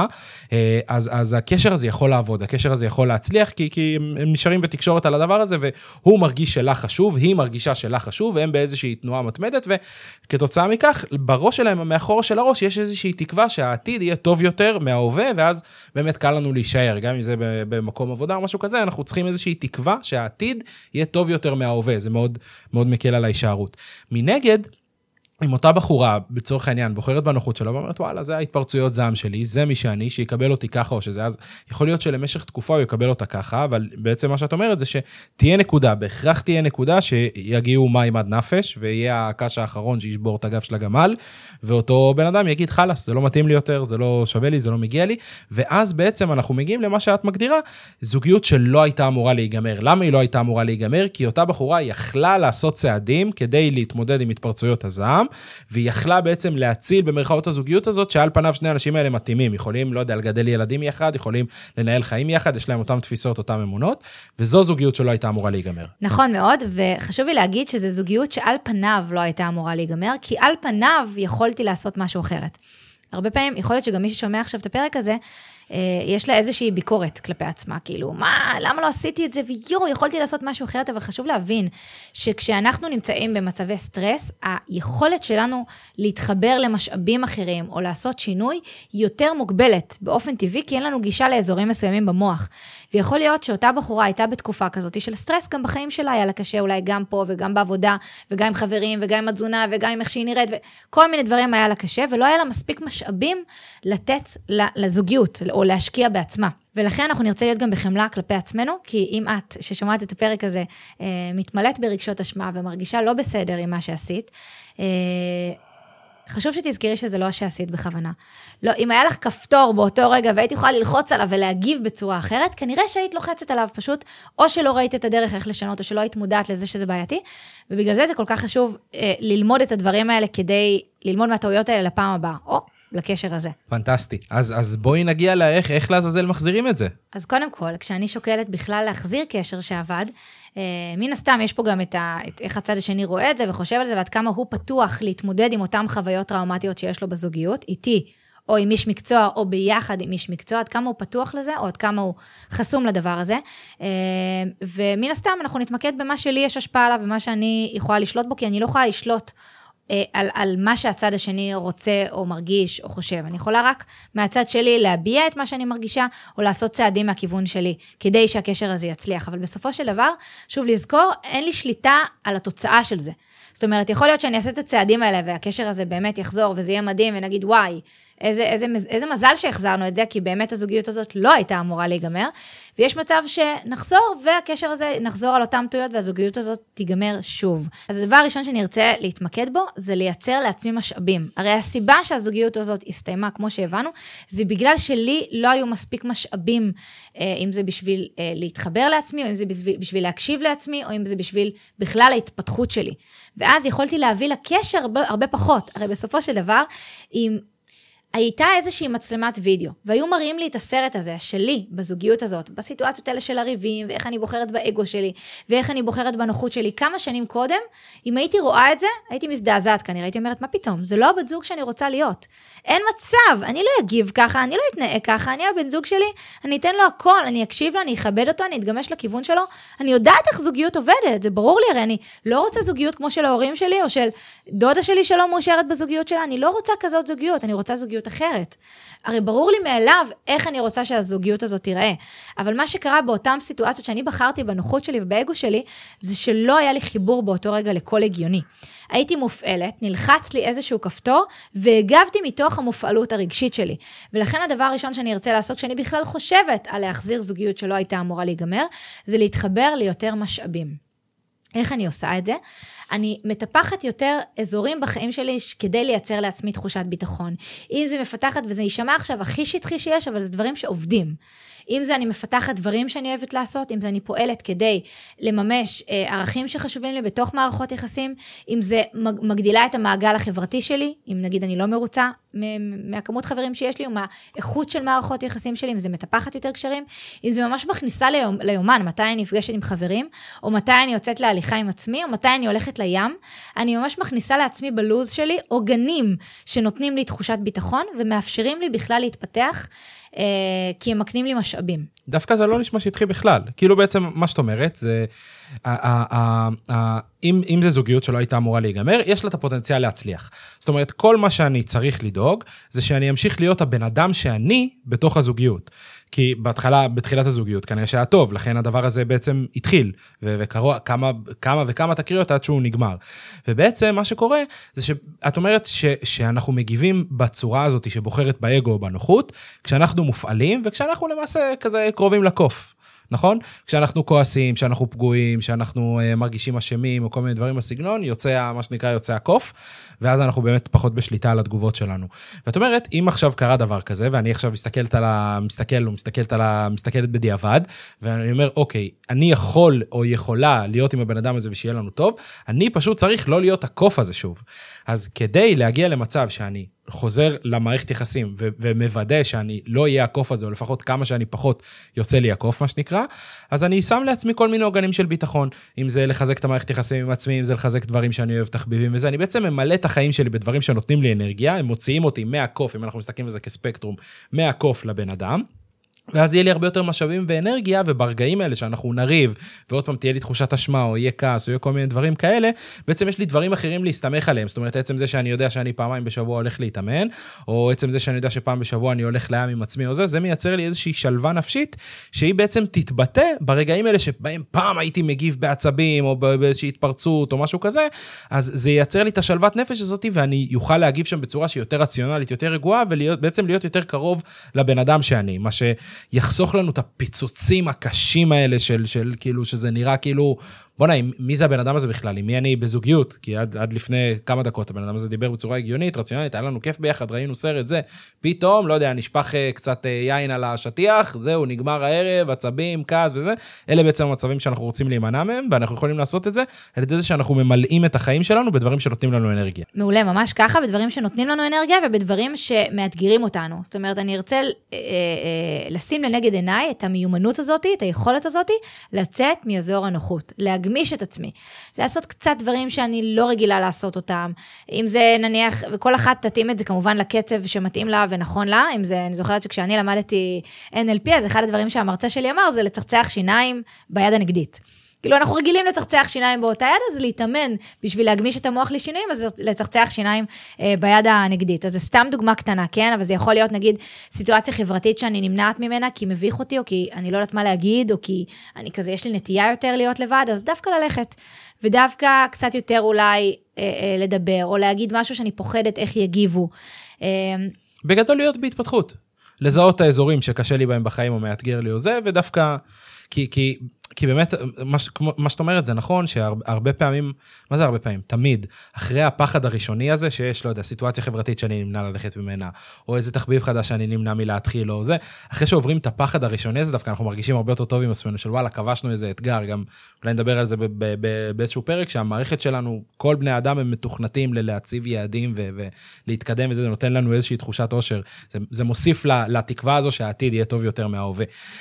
אז הקשר הזה יכול לעבוד, הקשר הזה יכול להצליח, כי הם נשארים בתקשורת על הדבר הזה, והוא מרגיש שלה חשוב, היא מרגישה שלה חשוב, והם באיזושהי תנועה מתמדת, וכתוצאה מכך, בראש שלהם, מאחור של הראש, יש איזושהי תקווה שהעתיד יהיה טוב יותר מההווה, ואז באמת קל לנו להישאר, גם אם זה במקום עבודה או משהו כזה, אנחנו צריכים איזושהי תקווה שהעתיד יהיה טוב יותר מההווה, זה מאוד, מאוד מקל על ההישארות. מנגד, אם אותה בחורה, בצורך העניין, בוחרת בנוחות שלו, ואומרת, וואלה, זה ההתפרצויות זעם שלי, זה מי שאני, שיקבל אותי ככה או שזה, אז יכול להיות שלמשך תקופה הוא יקבל אותה ככה, אבל בעצם מה שאת אומרת זה שתהיה נקודה, בהכרח תהיה נקודה שיגיעו מים עד נפש, ויהיה הקש האחרון שישבור את הגב של הגמל, ואותו בן אדם יגיד, חלס, זה לא מתאים לי יותר, זה לא שווה לי, זה לא מגיע לי, ואז בעצם אנחנו מגיעים למה שאת מגדירה, זוגיות שלא הייתה אמורה להיגמר. למה היא לא הייתה אמורה להיגמר? כי אותה בחורה יכלה לעשות צעדים כדי להתמודד עם התפרצויות הזעם, והיא יכלה בעצם להציל במרכאות הזוגיות הזאת, שעל פניו שני האנשים האלה מתאימים, יכולים, לא יודע, לגדל ילדים יחד, יכולים לנהל חיים יחד, יש להם אותם תפיסות, אותם אמונות, וזו זוגיות שלא הייתה אמורה להיגמר. נכון מאוד, וחשוב לי להגיד שזו זוגיות שעל פניו לא הייתה אמורה להיגמר, כי על פניו יכולתי לעשות משהו אחרת. הרבה פעמים, יכול להיות שגם מי ששומע עכשיו את הפרק הזה, יש לה איזושהי ביקורת כלפי עצמה, כאילו, למה לא עשיתי את זה, יכולתי לעשות משהו אחרת, אבל חשוב להבין, שכשאנחנו נמצאים במצבי סטרס, היכולת שלנו להתחבר למשאבים אחרים, או לעשות שינוי, היא יותר מוגבלת, באופן טבעי, כי אין לנו גישה לאזורים מסוימים במוח, ויכול להיות שאותה בחורה הייתה בתקופה כזאת של סטרס, גם בחיים שלה היה לה קשה, אולי גם פה, וגם בעבודה, וגם עם חברים, וגם עם התזונה, וגם עם איך שהיא נראית, וכל מיני דברים היה לה קשה, ולא היה לה מספיק משאבים לתת לזוגיות, או להשקיע בעצמה. ולכן אנחנו נרצה להיות גם בחמלה כלפי עצמנו, כי אם את, ששומעת את הפרק הזה, מתמלאת ברגשות אשמה, ומרגישה לא בסדר עם מה שעשית, חשוב שתזכרי שזה לא שעשית בכוונה. לא, אם היה לך כפתור באותו רגע, והיית יכולה ללחוץ עליו ולהגיב בצורה אחרת, כנראה שהיית לוחצת עליו פשוט, או שלא ראית את הדרך איך לשנות, או שלא היית מודעת לזה שזה בעייתי, ובגלל זה כל כך חשוב ללמוד את הדברים האלה, כדי ללמוד מהטעויות האלה לפעם הבאה, או לקשר הזה. פנטסטי. אז בואי נגיע איך לעזאזל מחזירים את זה. אז קודם כל, כשאני שוקלת בכלל להחזיר קשר שעבד, מן הסתם יש פה גם את איך הצד השני רואה את זה וחושב על זה, ועד כמה הוא פתוח להתמודד עם אותם חוויות טראומטיות שיש לו בזוגיות, איתי, או עם איש מקצוע, או ביחד עם איש מקצוע, עד כמה הוא פתוח לזה, או עד כמה הוא חסום לדבר הזה. ומן הסתם אנחנו נתמקד במה שלי יש השפעה עליו, ומה שאני יכולה לשלוט בו, כי אני לא יכולה לשלוט על מה שהצד השני רוצה או מרגיש או חושב. אני יכולה רק מהצד שלי להביע את מה שאני מרגישה, או לעשות צעדים מהכיוון שלי, כדי שהקשר הזה יצליח. אבל בסופו של דבר, שוב לזכור, אין לי שליטה על התוצאה של זה. זאת אומרת, יכול להיות שאני אעשה את הצעדים האלה, והקשר הזה באמת יחזור, וזה יהיה מדהים, ונגיד, וואי, איזה מזל שהחזרנו את זה, כי באמת הזוגיות הזאת לא הייתה אמורה להיגמר, ויש מצב שנחזור, והקשר הזה נחזור על אותם טעויות, והזוגיות הזאת תיגמר שוב. אז הדבר הראשון שאני ארצה להתמקד בו, זה לייצר לעצמי משאבים. הרי הסיבה שהזוגיות הזאת הסתיימה, כמו שהבנו, זה בגלל שלי לא היו מספיק משאבים, אם זה בשביל להתחבר לעצמי, או אם זה בשביל להקשיב לעצמי, או אם זה בשביל בכלל ההתפתחות שלי. ואז יכולתי להביא לקשר הרבה פחות. הרי בסופו של דבר, אם הייתה איזושהי מצלמת וידאו, והיו מראים לי את הסרט הזה, שלי, בזוגיות הזאת, בסיטואציות האלה של הריבים, ואיך אני בוחרת באגו שלי, ואיך אני בוחרת בנוחות שלי, כמה שנים קודם, אם הייתי רואה את זה, הייתי מזדעזעת כנראה, הייתי אומרת, מה פתאום? זה לא הבת זוג שאני רוצה להיות. אין מצב, אני לא אגיב ככה, אני לא אתנהג ככה, אני הבן זוג שלי, אני אתן לו הכל, אני אקשיב לו, אני אכבד אותו, אני אתגמש לכיוון שלו, אני יודעת איך זוגיות עובדת, זה ברור לי, הרי אני לא רוצה זוגיות כמו של ההורים שלי, או של דודה שלי שלא מאושרת בזוגיות שלה, אני לא רוצה כזאת זוגיות, אני רוצה זוגיות זוגיות אחרת. הרי ברור לי מאליו איך אני רוצה שהזוגיות הזאת תיראה. אבל מה שקרה באותן סיטואציות שאני בחרתי בנוחות שלי ובאגו שלי, זה שלא היה לי חיבור באותו רגע לכל הגיוני. הייתי מופעלת, נלחץ לי איזשהו כפתור, והגבתי מתוך המופעלות הרגשית שלי. ולכן הדבר הראשון שאני ארצה לעשות, שאני בכלל חושבת על להחזיר זוגיות שלא הייתה אמורה להיגמר, זה להתחבר ליותר משאבים. איך אני עושה את זה? אני מטפחת יותר אזורים בחיים שלי כדי לייצר לעצמי תחושת ביטחון. אם זה מפתחת, וזה יישמע עכשיו הכי שטחי שיש, אבל זה דברים שעובדים. אם זה אני מפתחת דברים שאני אוהבת לעשות, אם זה אני פועלת כדי לממש ערכים שחשובים לי בתוך מערכות יחסים, אם זה מגדילה את המעגל החברתי שלי, אם נגיד אני לא מרוצה מהכמות חברים שיש לי, או מהאיכות של מערכות יחסים שלי, אם זה מטפחת יותר קשרים, אם זה ממש מכניסה ליומן, מתי אני נפגשת עם חברים, או מתי אני יוצאת להליכה עם עצמי, או מתי אני הולכת לים, אני ממש מכניסה לעצמי בלוז שלי עוגנים שנותנים לי תחושת ביטחון, ומאפשרים לי בכלל להתפתח, כי הם מקנים לי משאבים. דווקא זה לא נשמע שטחי בכלל. כאילו בעצם מה שאת אומרת, זה, אם זה זוגיות שלא הייתה אמורה להיגמר, יש לה את הפוטנציאל להצליח. זאת אומרת, כל מה שאני צריך לדאוג, זה שאני אמשיך להיות הבן אדם שאני בתוך הזוגיות. כי בתחילת הזוגיות כנראה שהיה טוב, לכן הדבר הזה בעצם התחיל, וקראו כמה תקריות עד שהוא נגמר. ובעצם מה שקורה, זה שאת אומרת שאנחנו מגיבים בצורה הזאת שבוחרת באגו או בנוחות, כשאנחנו מופעלים, וכשאנחנו למעשה כזה קרובים לקוף. נכון? כשאנחנו כועסים, כשאנחנו פגועים, כשאנחנו מרגישים אשמים, או כל מיני דברים בסגנון, יוצא, מה שנקרא, יוצא הקוף, ואז אנחנו באמת פחות בשליטה על התגובות שלנו. ואת אומרת, אם עכשיו קרה דבר כזה, ואני עכשיו מסתכלת בדיעבד, ואני אומר, אוקיי, אני יכול או יכולה להיות עם הבן אדם הזה ושיהיה לנו טוב, אני פשוט צריך לא להיות הקוף הזה שוב. אז כדי להגיע למצב שאני חוזר למערכת יחסים ומוודא שאני לא אהיה הקוף הזה, או לפחות כמה שאני פחות יוצא לי הקוף, מה שנקרא, אז אני שם לעצמי כל מיני עוגנים של ביטחון, אם זה לחזק את המערכת יחסים עם עצמי, אם זה לחזק דברים שאני אוהב, תחביבים וזה, אני בעצם ממלא את החיים שלי בדברים שנותנים לי אנרגיה, הם מוציאים אותי מהקוף, אם אנחנו מסתכלים על זה כספקטרום, מהקוף לבן אדם, ואז יהיה לי הרבה יותר משאבים ואנרגיה, וברגעים האלה שאנחנו נריב, ועוד פעם תהיה לי תחושת אשמה, או יהיה כעס, או יהיה כל מיני דברים כאלה, בעצם יש לי דברים אחרים להסתמך עליהם, זאת אומרת, עצם זה שאני יודע שאני פעמיים בשבוע הולך להתאמן, או עצם זה שאני יודע שפעם בשבוע אני הולך לים עם עצמי או זה מייצר לי איזושהי שלווה נפשית, שהיא בעצם תתבטא ברגעים האלה שבהם פעם הייתי מגיב בעצבים, או באיזושהי התפרצות, או משהו כזה, אז זה ייצר לי את השלוות נפש הזאת, ואני יוכל להגיב שם בצורה שהיא יותר רציונלית, יותר רגועה, ובעצם להיות יותר קרוב לבן אדם שאני, מה יחסוך לנו את הפיצוצים הקשים האלה של כאילו, שזה נראה כאילו, בוא נעים, מי זה הבן אדם הזה בכלל? עם מי אני בזוגיות? כי עד לפני כמה דקות הבן אדם הזה דיבר בצורה הגיונית, רציונלית, היה לנו כיף ביחד, ראינו סרט, זה, פתאום, לא יודע, נשפך קצת יין על השטיח, זהו, נגמר הערב, עצבים, כעס וזה, אלה בעצם המצבים שאנחנו רוצים להימנע מהם, ואנחנו יכולים לעשות את זה, על ידי זה שאנחנו ממלאים את החיים שלנו בדברים שנותנים לנו אנרגיה. מעולה, ממש ככה, בדברים שנותנים לנו אנרגיה, ובדברים שמאתגרים אותנו. זאת אומרת, אני ארצה לשים לנגד עיניי את המיומנות הזאת, את היכולת הזאת, לצאת מאזור הנוחות, להגמיש את עצמי, לעשות קצת דברים שאני לא רגילה לעשות אותם, אם זה נניח, וכל אחת תתאים את זה כמובן לקצב שמתאים לה ונכון לה, אם זה, אני זוכרת שכשאני למדתי NLP, אז אחד הדברים שהמרצה שלי אמר, זה לצחצח שיניים ביד הנגדית. כאילו אנחנו רגילים לצחצח שיניים באותה יד, אז להתאמן בשביל להגמיש את המוח לשינויים, אז לצחצח שיניים ביד הנגדית. אז זה סתם דוגמה קטנה, כן? אבל זה יכול להיות נגיד סיטואציה חברתית שאני נמנעת ממנה, כי מביך אותי, או כי אני לא יודעת מה להגיד, או כי אני כזה, יש לי נטייה יותר להיות לבד, אז דווקא ללכת, ודווקא קצת יותר אולי לדבר, או להגיד משהו שאני פוחדת איך יגיבו. בגדול להיות בהתפתחות. לזהות את האזורים שקשה לי בהם בחיים, או מאתגר לי או זה, ודווקא, כי באמת, מה שאת אומרת זה נכון, שהרבה פעמים, מה זה הרבה פעמים? תמיד, אחרי הפחד הראשוני הזה, שיש, לא יודע, סיטואציה חברתית שאני נמנע ללכת ממנה, או איזה תחביב חדש שאני נמנע מלהתחיל, או זה, אחרי שעוברים את הפחד הראשוני הזה, דווקא אנחנו מרגישים הרבה יותר טוב עם עצמנו, של וואלה, כבשנו איזה אתגר, גם אולי נדבר על זה באיזשהו פרק, שהמערכת שלנו, כל בני האדם הם מתוכנתים להציב יעדים ולהתקדם, וזה נותן לנו איזושהי תחושת אושר. זה מוסיף לתקווה הזו שהעתיד יהיה טוב יותר מההווה.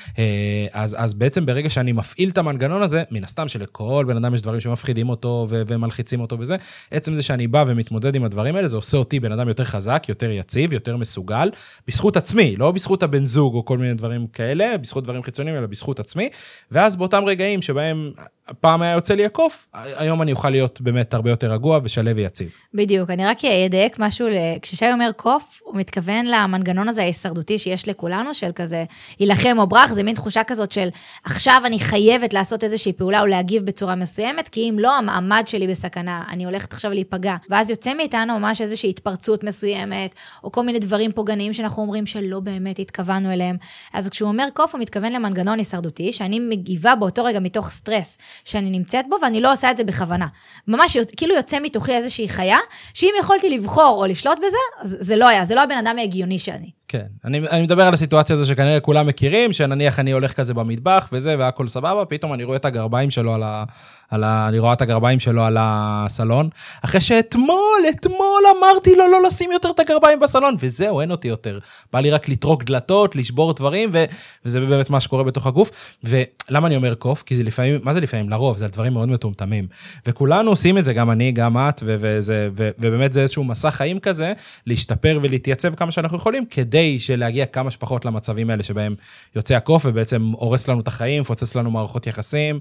אז בעצם ברגע שאני מפעיל את המנגנון הזה, מן הסתם שלכל בן אדם יש דברים שמפחידים אותו ומלחיצים אותו בזה, עצם זה שאני בא ומתמודד עם הדברים האלה, זה עושה אותי בן אדם יותר חזק, יותר יציב, יותר מסוגל, בזכות עצמי, לא בזכות הבן זוג או כל מיני דברים כאלה, בזכות דברים חיצוניים, אלא בזכות עצמי, ואז באותם רגעים שבהם פעם היה יוצא לי הקוף, היום אני אוכל להיות באמת הרבה יותר רגוע ושלב ויציב. בדיוק, אני רק אדייק משהו, כששי אומר קוף, הוא מתכוון למנגנון הזה ההישרדותי שיש לכולנו, של כזה, ילחם או ברח, זה מין תחושה כזאת של, עכשיו אני חייבת לעשות איזושהי פעולה, או להגיב בצורה מסוימת, כי אם לא, המעמד שלי בסכנה, אני הולכת עכשיו להיפגע, ואז יוצא מאיתנו ממש איזושהי התפרצות מסוימת, או כל מיני דברים פוגעניים שאנחנו אומרים שלא באמת התכוונו אליהם. אז כשהוא אומר קוף, הוא מתכוון למנגנון הישרדותי, שאני מגיבה באותו רגע מתוך סטרס שאני נמצאת בו, ואני לא עושה את זה בכוונה. ממש כאילו יוצא מתוכי איזושהי חיה, שאם יכולתי לבחור או לשלוט בזה, זה לא היה, זה לא הבן אדם ההגיוני שאני. כן, אני מדבר על הסיטואציה הזו שכנראה כולם מכירים, שנניח אני הולך כזה במטבח וזה, והכל סבבה, פתאום אני רואה את הגרביים שלו אני רואה את הגרביים שלו על הסלון, אחרי שאתמול אמרתי לו לא לשים יותר את הגרביים בסלון, וזהו, אין אותי יותר. בא לי רק לטרוק דלתות, לשבור דברים, וזה באמת מה שקורה בתוך הגוף. ולמה אני אומר קוף? כי זה לפעמים, מה זה לפעמים? לרוב, זה על דברים מאוד מטומטמים. וכולנו עושים את זה, גם אני, גם את, ובאמת זה איזשהו מסע חיים כזה, להשתפר ולהתייצב כמה שאנחנו יכולים, כדי להגיע כמה שפחות למצבים האלה שבהם יוצא הקוף, ובעצם הורס לנו את החיים, פוצץ לנו מערכות יחסים,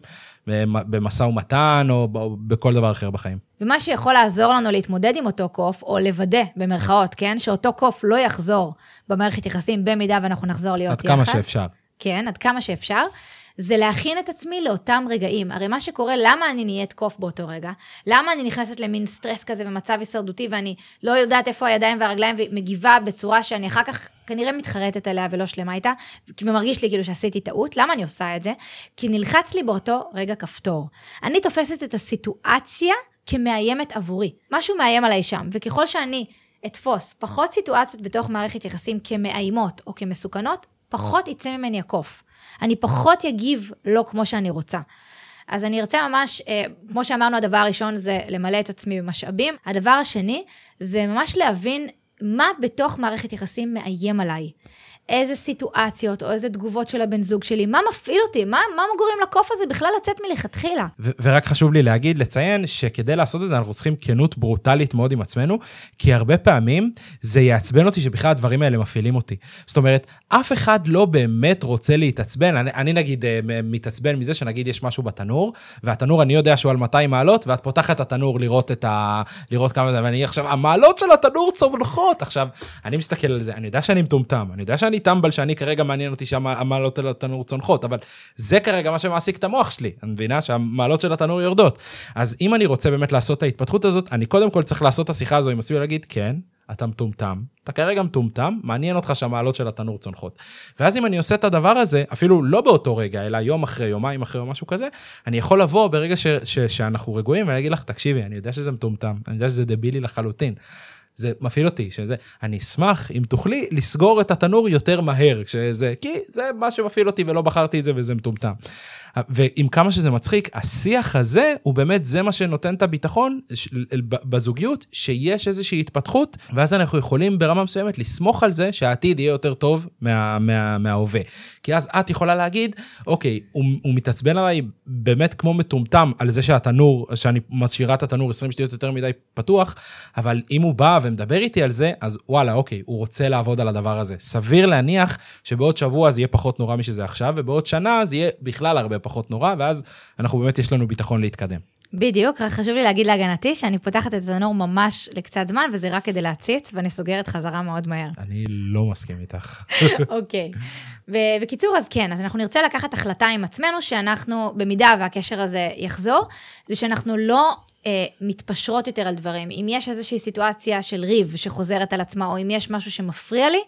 במשא ומתן, או בכל דבר אחר בחיים. ומה שיכול לעזור לנו להתמודד עם אותו קוף, או לוודא, במרכאות, כן, שאותו קוף לא יחזור במערכת יחסים, במידה ואנחנו נחזור להיות יחד. עד כמה שאפשר. כן, עד כמה שאפשר. זה להכין את עצמי לאותם רגעים. הרי מה שקורה, למה אני נהיית קוף באותו רגע? למה אני נכנסת למין סטרס כזה ומצב הישרדותי, ואני לא יודעת איפה הידיים והרגליים, ומגיבה בצורה שאני אחר כך כנראה מתחרטת עליה ולא שלמה איתה, ומרגיש לי כאילו שעשיתי טעות. למה אני עושה את זה? כי נלחץ לי באותו רגע כפתור. אני תופסת את הסיטואציה כמאיימת עבורי. משהו מאיים עליי שם, וככל שאני אתפוס פחות סיטואציות בתוך מערכת יחסים כמאיימות או כמסוכנות, פחות יצא ממני הקוף. אני פחות יגיב לא כמו שאני רוצה. אז אני ארצה ממש, כמו שאמרנו, הדבר הראשון זה למלא את עצמי במשאבים. הדבר השני זה ממש להבין מה בתוך מערכת יחסים מאיים עליי. איזה סיטואציות או איזה תגובות של הבן זוג שלי, מה מפעיל אותי, מה גורם לקוף הזה בכלל לצאת מלכתחילה. ורק חשוב לי לציין שכדי לעשות את זה אנחנו צריכים כנות ברוטלית מאוד עם עצמנו, כי הרבה פעמים זה יעצבן אותי שבכלל הדברים האלה מפעילים אותי. זאת אומרת, אף אחד לא באמת רוצה להתעצבן, אני נגיד מתעצבן מזה שנגיד יש משהו בתנור, והתנור אני יודע שהוא על 200 מעלות, ואת פותחת את התנור לראות כמה זה, ואני עכשיו, המעלות של התנור צונחות, עכשיו, אני מסתכל על זה, אני יודע שאני מטומטם, אני יודע שאני טמבל, שאני כרגע מעניין אותי שהמעלות של התנור צונחות, אבל זה כרגע מה שמעסיק את המוח שלי, אני מבינה שהמעלות של התנור יורדות. אז אם אני רוצה באמת לעשות את ההתפתחות הזאת, אני קודם כל צריך לעשות את השיחה הזו עם עצמי ולהגיד, כן, אתה מטומטם, אתה כרגע מטומטם, מעניין אותך שהמעלות של התנור צונחות. ואז אם אני עושה את הדבר הזה, אפילו לא באותו רגע, אלא יום אחרי, יומיים אחרי, או משהו כזה, אני יכול לבוא ברגע שאנחנו רגועים, ואני אגיד לך, תקשיבי, אני יודע שזה מטומטם, אני יודע שזה דבילי לחלוטין. זה מפעיל אותי, אני אשמח אם תוכלי לסגור את התנור יותר מהר, כי זה מה שמפעיל אותי ולא בחרתי את זה וזה מטומטם. ועם כמה שזה מצחיק, השיח הזה הוא באמת זה מה שנותן את הביטחון בזוגיות, שיש איזושהי התפתחות, ואז אנחנו יכולים ברמה מסוימת לסמוך על זה שהעתיד יהיה יותר טוב מההווה. כי אז את יכולה להגיד, אוקיי, הוא מתעצבן עליי באמת כמו מטומטם על זה שאני משאירה את התנור 20 שניות יותר מדי פתוח, אבל אם הוא בא ומדבר איתי על זה, אז וואלה, אוקיי, הוא רוצה לעבוד על הדבר הזה. סביר להניח שבעוד שבוע זה יהיה פחות נורא משזה עכשיו, ובעוד שנה זה יהיה בכלל הרבה פחות נורא, ואז אנחנו באמת יש לנו ביטחון להתקדם. בדיוק, רק חשוב לי להגיד להגנתי, שאני פותחת את התנור ממש לקצת זמן, וזה רק כדי להציץ, ואני סוגרת חזרה מאוד מהר. אני לא מסכים איתך. אוקיי. ובקיצור, אז כן, אז אנחנו נרצה לקחת החלטה עם עצמנו, שאנחנו, במידה והקשר הזה יחזור, זה שאנחנו לא מתפשרות יותר על דברים. אם יש איזושהי סיטואציה של ריב שחוזרת על עצמה, או אם יש משהו שמפריע לי,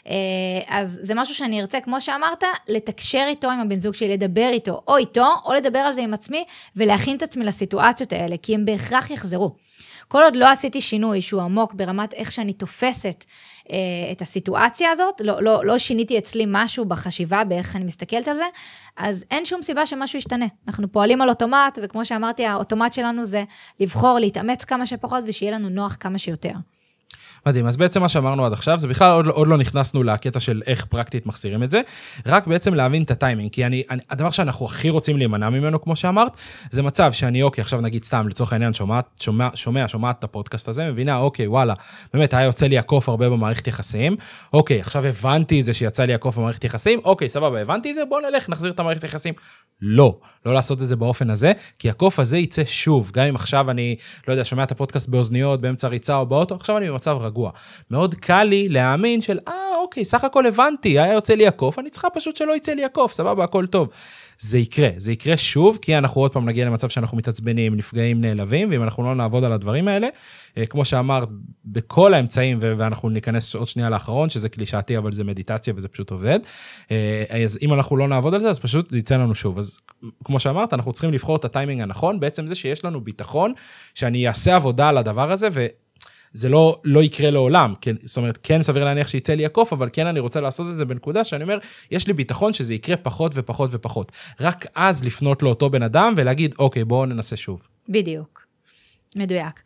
אז זה משהו שאני ארצה, כמו שאמרת, לתקשר איתו עם הבן זוג שלי, לדבר איתו, או איתו, או לדבר על זה עם עצמי, ולהכין את עצמי לסיטואציות האלה, כי הם בהכרח יחזרו. כל עוד לא עשיתי שינוי שהוא עמוק ברמת איך שאני תופסת את הסיטואציה הזאת, לא שיניתי אצלי משהו בחשיבה, באיך אני מסתכלת על זה, אז אין שום סיבה שמשהו ישתנה. אנחנו פועלים על אוטומט, וכמו שאמרתי, האוטומט שלנו זה לבחור, להתאמץ כמה שפחות, ושיהיה לנו נוח כמה שיותר. מדהים, אז בעצם מה שאמרנו עד עכשיו, זה בכלל עוד לא נכנסנו לקטע של איך פרקטית מחזירים את זה, רק בעצם להבין את הטיימינג, כי הדבר שאנחנו הכי רוצים להימנע ממנו, כמו שאמרת, זה מצב שאני, אוקיי, עכשיו נגיד סתם, לצורך העניין, שומעת את הפודקאסט הזה, מבינה, אוקיי, וואלה, באמת, היה יוצא לי הקוף הרבה במערכת יחסים, אוקיי, עכשיו הבנתי את זה שיצא לי הקוף במערכת יחסים, אוקיי, סבבה, הבנתי את זה, בוא נלך, נחזיר את המערכת יחסים. לא לעשות את זה באופן הזה, כי הקוף הזה יצא שוב, גם אם עכשיו אני, לא יודע, שומע את הפודקאסט באוזניות, באמצע ריצה או באוטו, עכשיו אני במצב רגוע. מאוד קל לי להאמין של, אוקיי, סך הכל הבנתי, היה יוצא לי הקוף, אני צריכה פשוט שלא יצא לי הקוף, סבבה, הכל טוב. זה יקרה שוב, כי אנחנו עוד פעם נגיע למצב שאנחנו מתעצבנים, נפגעים, נעלבים, ואם אנחנו לא נעבוד על הדברים האלה, כמו שאמרת, בכל האמצעים, ואנחנו ניכנס עוד שנייה לאחרון, שזה קלישאתי, אבל זה מדיטציה וזה פשוט עובד. אז אם אנחנו לא נעבוד על זה, אז פשוט זה יצא לנו שוב. אז כמו שאמרת, אנחנו צריכים לבחור את הטיימינג הנכון, בעצם זה שיש לנו ביטחון, שאני אעשה עבודה על הדבר הזה, זה לא יקרה לעולם, זאת אומרת, כן סביר להניח שיצא לי הקוף, אבל כן אני רוצה לעשות את זה בנקודה שאני אומר, יש לי ביטחון שזה יקרה פחות ופחות ופחות. רק אז לפנות לאותו בן אדם ולהגיד, אוקיי, בואו ננסה שוב. בדיוק. מדויק.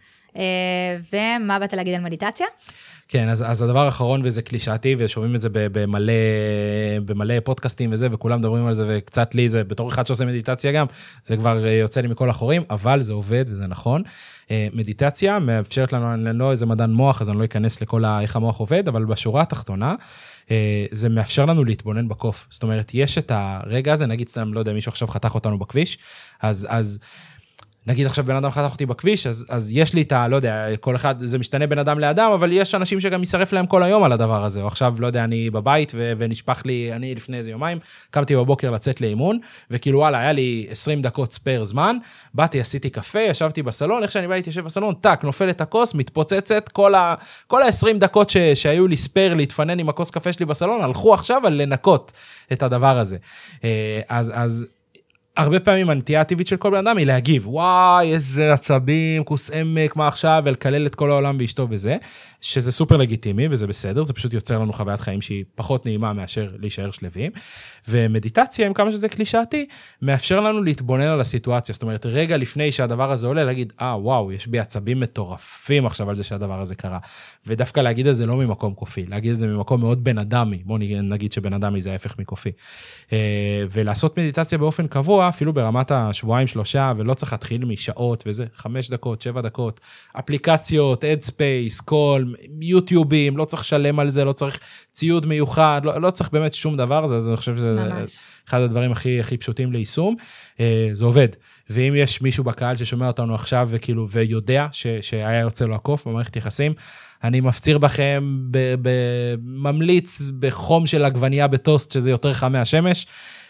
ומה באת להגיד על מדיטציה? כן, אז הדבר האחרון, וזה קלישאתי, ושומעים את זה במלא פודקאסטים וזה, וכולם מדברים על זה, וקצת לי, זה בתור אחד שעושה מדיטציה גם, זה כבר יוצא לי מכל החורים, אבל זה עובד וזה נכון. מדיטציה מאפשרת לנו, אני לא איזה מדען מוח, אז אני לא אכנס לכל איך המוח עובד, אבל בשורה התחתונה, זה מאפשר לנו להתבונן בקוף. זאת אומרת, יש את הרגע הזה, נגיד סתם, לא יודע, מישהו עכשיו חתך אותנו בכביש, אז נגיד עכשיו בן אדם חתך אותי בכביש, אז יש לי את לא יודע, כל אחד, זה משתנה בין אדם לאדם, אבל יש אנשים שגם ישרף להם כל היום על הדבר הזה, או עכשיו, לא יודע, אני בבית, ונשפך לי, אני לפני איזה יומיים, קמתי בבוקר לצאת לאימון, וכאילו, וואלה, היה לי 20 דקות ספייר זמן, באתי, עשיתי קפה, ישבתי בסלון, איך שאני באתי, יושב בסלון, טק, נופל את הכוס, מתפוצצת, כל ה-20 דקות שהיו לי ספייר להתפנן עם הכוס קפה שלי בסלון, הלכו עכשיו על לנקות את הדבר הזה. אז הרבה פעמים הנטייה הטבעית של כל בן אדם היא להגיב, וואי, איזה עצבים, כוס עמק, מה עכשיו, ולקלל את כל העולם ואשתו בזה, שזה סופר לגיטימי, וזה בסדר, זה פשוט יוצר לנו חוויית חיים שהיא פחות נעימה מאשר להישאר שלווים, ומדיטציה, עם כמה שזה קלישאתי, מאפשר לנו להתבונן על הסיטואציה, זאת אומרת, רגע לפני שהדבר הזה עולה, להגיד, וואו, יש בי עצבים מטורפים עכשיו על זה שהדבר הזה קרה, ודווקא להגיד את זה לא ממקום קופי, להגיד את זה ממקום מאוד בן אדמי, בוא נגיד שבן אדמי זה ההפך מקופי, ולעשות מדיטציה באופן קבוע, אפילו ברמת השבועיים, 3, ולא צריך להתחיל משעות וזה, 5 דקות, 7 דקות, אפליקציות, Headspace, קול, יוטיובים, לא צריך לשלם על זה, לא צריך ציוד מיוחד, לא צריך באמת שום דבר, אז אני חושב שזה אחד הדברים הכי פשוטים ליישום, זה עובד. ואם יש מישהו בקהל ששומע אותנו עכשיו וכאילו, ויודע שהיה יוצא לו הקוף במערכת יחסים, אני מפציר בכם, ממליץ בחום של עגבנייה בטוסט, שזה יותר חם מהשמש,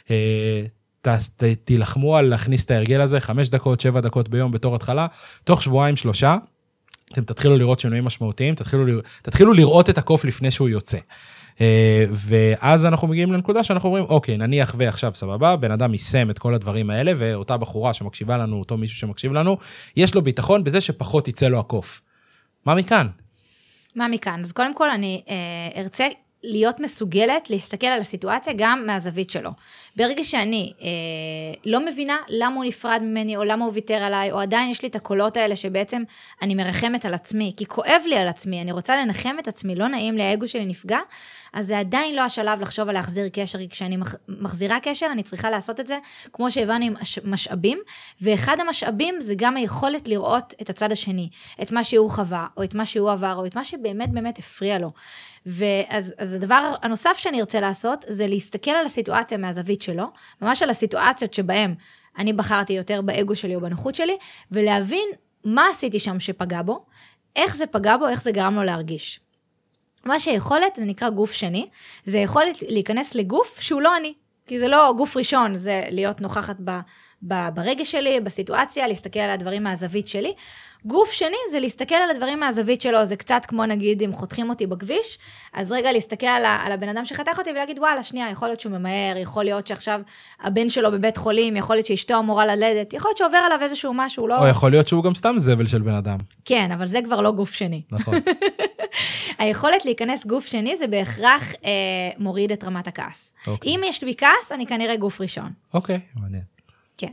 תילחמו על להכניס את ההרגל הזה, 5 דקות, 7 דקות ביום בתור התחלה, תוך 2-3, אתם תתחילו לראות שינויים משמעותיים, תתחילו לראות את הקוף לפני שהוא יוצא. ואז אנחנו מגיעים לנקודה שאנחנו אומרים, אוקיי, נניח ועכשיו סבבה, בן אדם יישם את כל הדברים האלה, ואותה בחורה שמקשיבה לנו, אותו מישהו שמקשיב לנו, יש לו ביטחון בזה שפחות יצא לו הקוף. מה מכאן? מה מכאן? אז קודם כל אני ארצה להיות מסוגלת להסתכל על הסיטואציה גם מהזווית שלו. ברגע שאני לא מבינה למה הוא נפרד ממני, או למה הוא ויתר עליי, או עדיין יש לי את הקולות האלה שבעצם אני מרחמת על עצמי, כי כואב לי על עצמי, אני רוצה לנחם את עצמי, לא נעים לי, האגו שלי נפגע, אז זה עדיין לא השלב לחשוב על להחזיר קשר, כי כשאני מחזירה קשר, אני צריכה לעשות את זה, כמו שהבנו עם משאבים, ואחד המשאבים זה גם היכולת לראות את הצד השני, את מה שהוא חווה, או את מה שהוא עבר, או את מה שבאמת באמת הפריע לו. ואז הדבר הנוסף שאני ארצה לעשות, זה להסתכל על הסיטואציה מהזווית שלו, ממש על הסיטואציות שבהם אני בחרתי יותר באגו שלי או בנוחות שלי, ולהבין מה עשיתי שם שפגע בו, איך זה פגע בו, איך זה גרם לו להרגיש. מה שיכולת, זה נקרא גוף שני, זה יכולת להיכנס לגוף שהוא לא אני, כי זה לא גוף ראשון, זה להיות נוכחת ברגש שלי, בסיטואציה, להסתכל על הדברים מהזווית שלי. גוף שני זה להסתכל על הדברים מהזווית שלו, זה קצת כמו נגיד אם חותכים אותי בכביש, אז רגע להסתכל על הבן אדם שחתך אותי ולהגיד וואלה שנייה, יכול להיות שהוא ממהר, יכול להיות שעכשיו הבן שלו בבית חולים, יכול להיות שאשתו אמורה ללדת, יכול להיות שעובר עליו איזשהו משהו, לא... או יכול להיות שהוא גם סתם זבל של בן אדם. כן, אבל זה כבר לא גוף שני. נכון. היכולת להיכנס גוף שני זה בהכרח מוריד את רמת הכעס. אם יש לי כעס, אני כנראה גוף ראשון. אוקיי, מעניין. כן.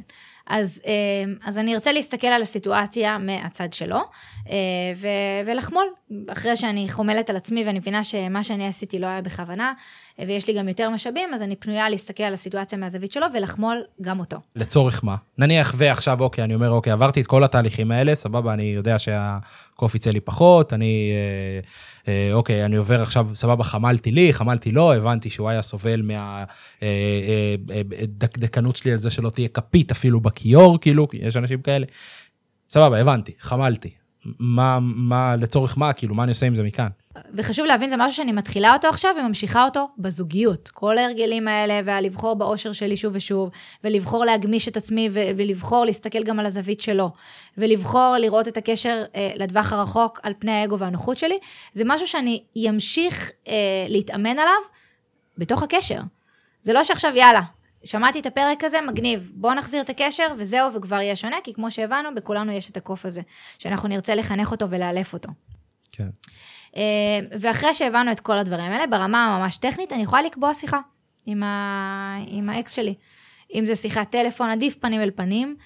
אז אני ארצה להסתכל על הסיטואציה מהצד שלו, ולחמול, אחרי שאני חומלת על עצמי, ואני מבינה שמה שאני עשיתי לא היה בכוונה, ויש לי גם יותר משאבים, אז אני פנויה להסתכל על הסיטואציה מהזווית שלו, ולחמול גם אותו. לצורך מה? נניח ועכשיו, אוקיי, אני אומר, אוקיי, עברתי את כל התהליכים האלה, סבבה, אני יודע שהקוף יצא לי פחות, אוקיי, אני עובר עכשיו, סבבה, חמלתי לו, הבנתי שהוא היה סובל מהדקדקנות שלי על זה שלא תהיה כפית אפילו בכיור, כאילו, יש אנשים כאלה. סבבה, הבנתי, חמלתי. לצורך מה, כאילו, מה אני עושה עם זה מכאן? וחשוב להבין, זה משהו שאני מתחילה אותו עכשיו, וממשיכה אותו בזוגיות. כל ההרגלים האלה, ולבחור באושר שלי שוב ושוב, ולבחור להגמיש את עצמי, ולבחור להסתכל גם על הזווית שלו, ולבחור לראות את הקשר לטווח הרחוק, על פני האגו והנוחות שלי, זה משהו שאני ימשיך להתאמן עליו, בתוך הקשר. זה לא שעכשיו, יאללה, שמעתי את הפרק הזה, מגניב, בואו נחזיר את הקשר, וזהו, וכבר יהיה שונה, כי כמו שהבנו, בכולנו יש את הקוף הזה, שאנחנו נרצה לחנך אותו ולאלף אותו. כן. ואחרי שהבנו את כל הדברים האלה, ברמה הממש טכנית, אני יכולה לקבוע שיחה עם האקס שלי. אם זה שיחת טלפון, עדיף פנים אל פנים,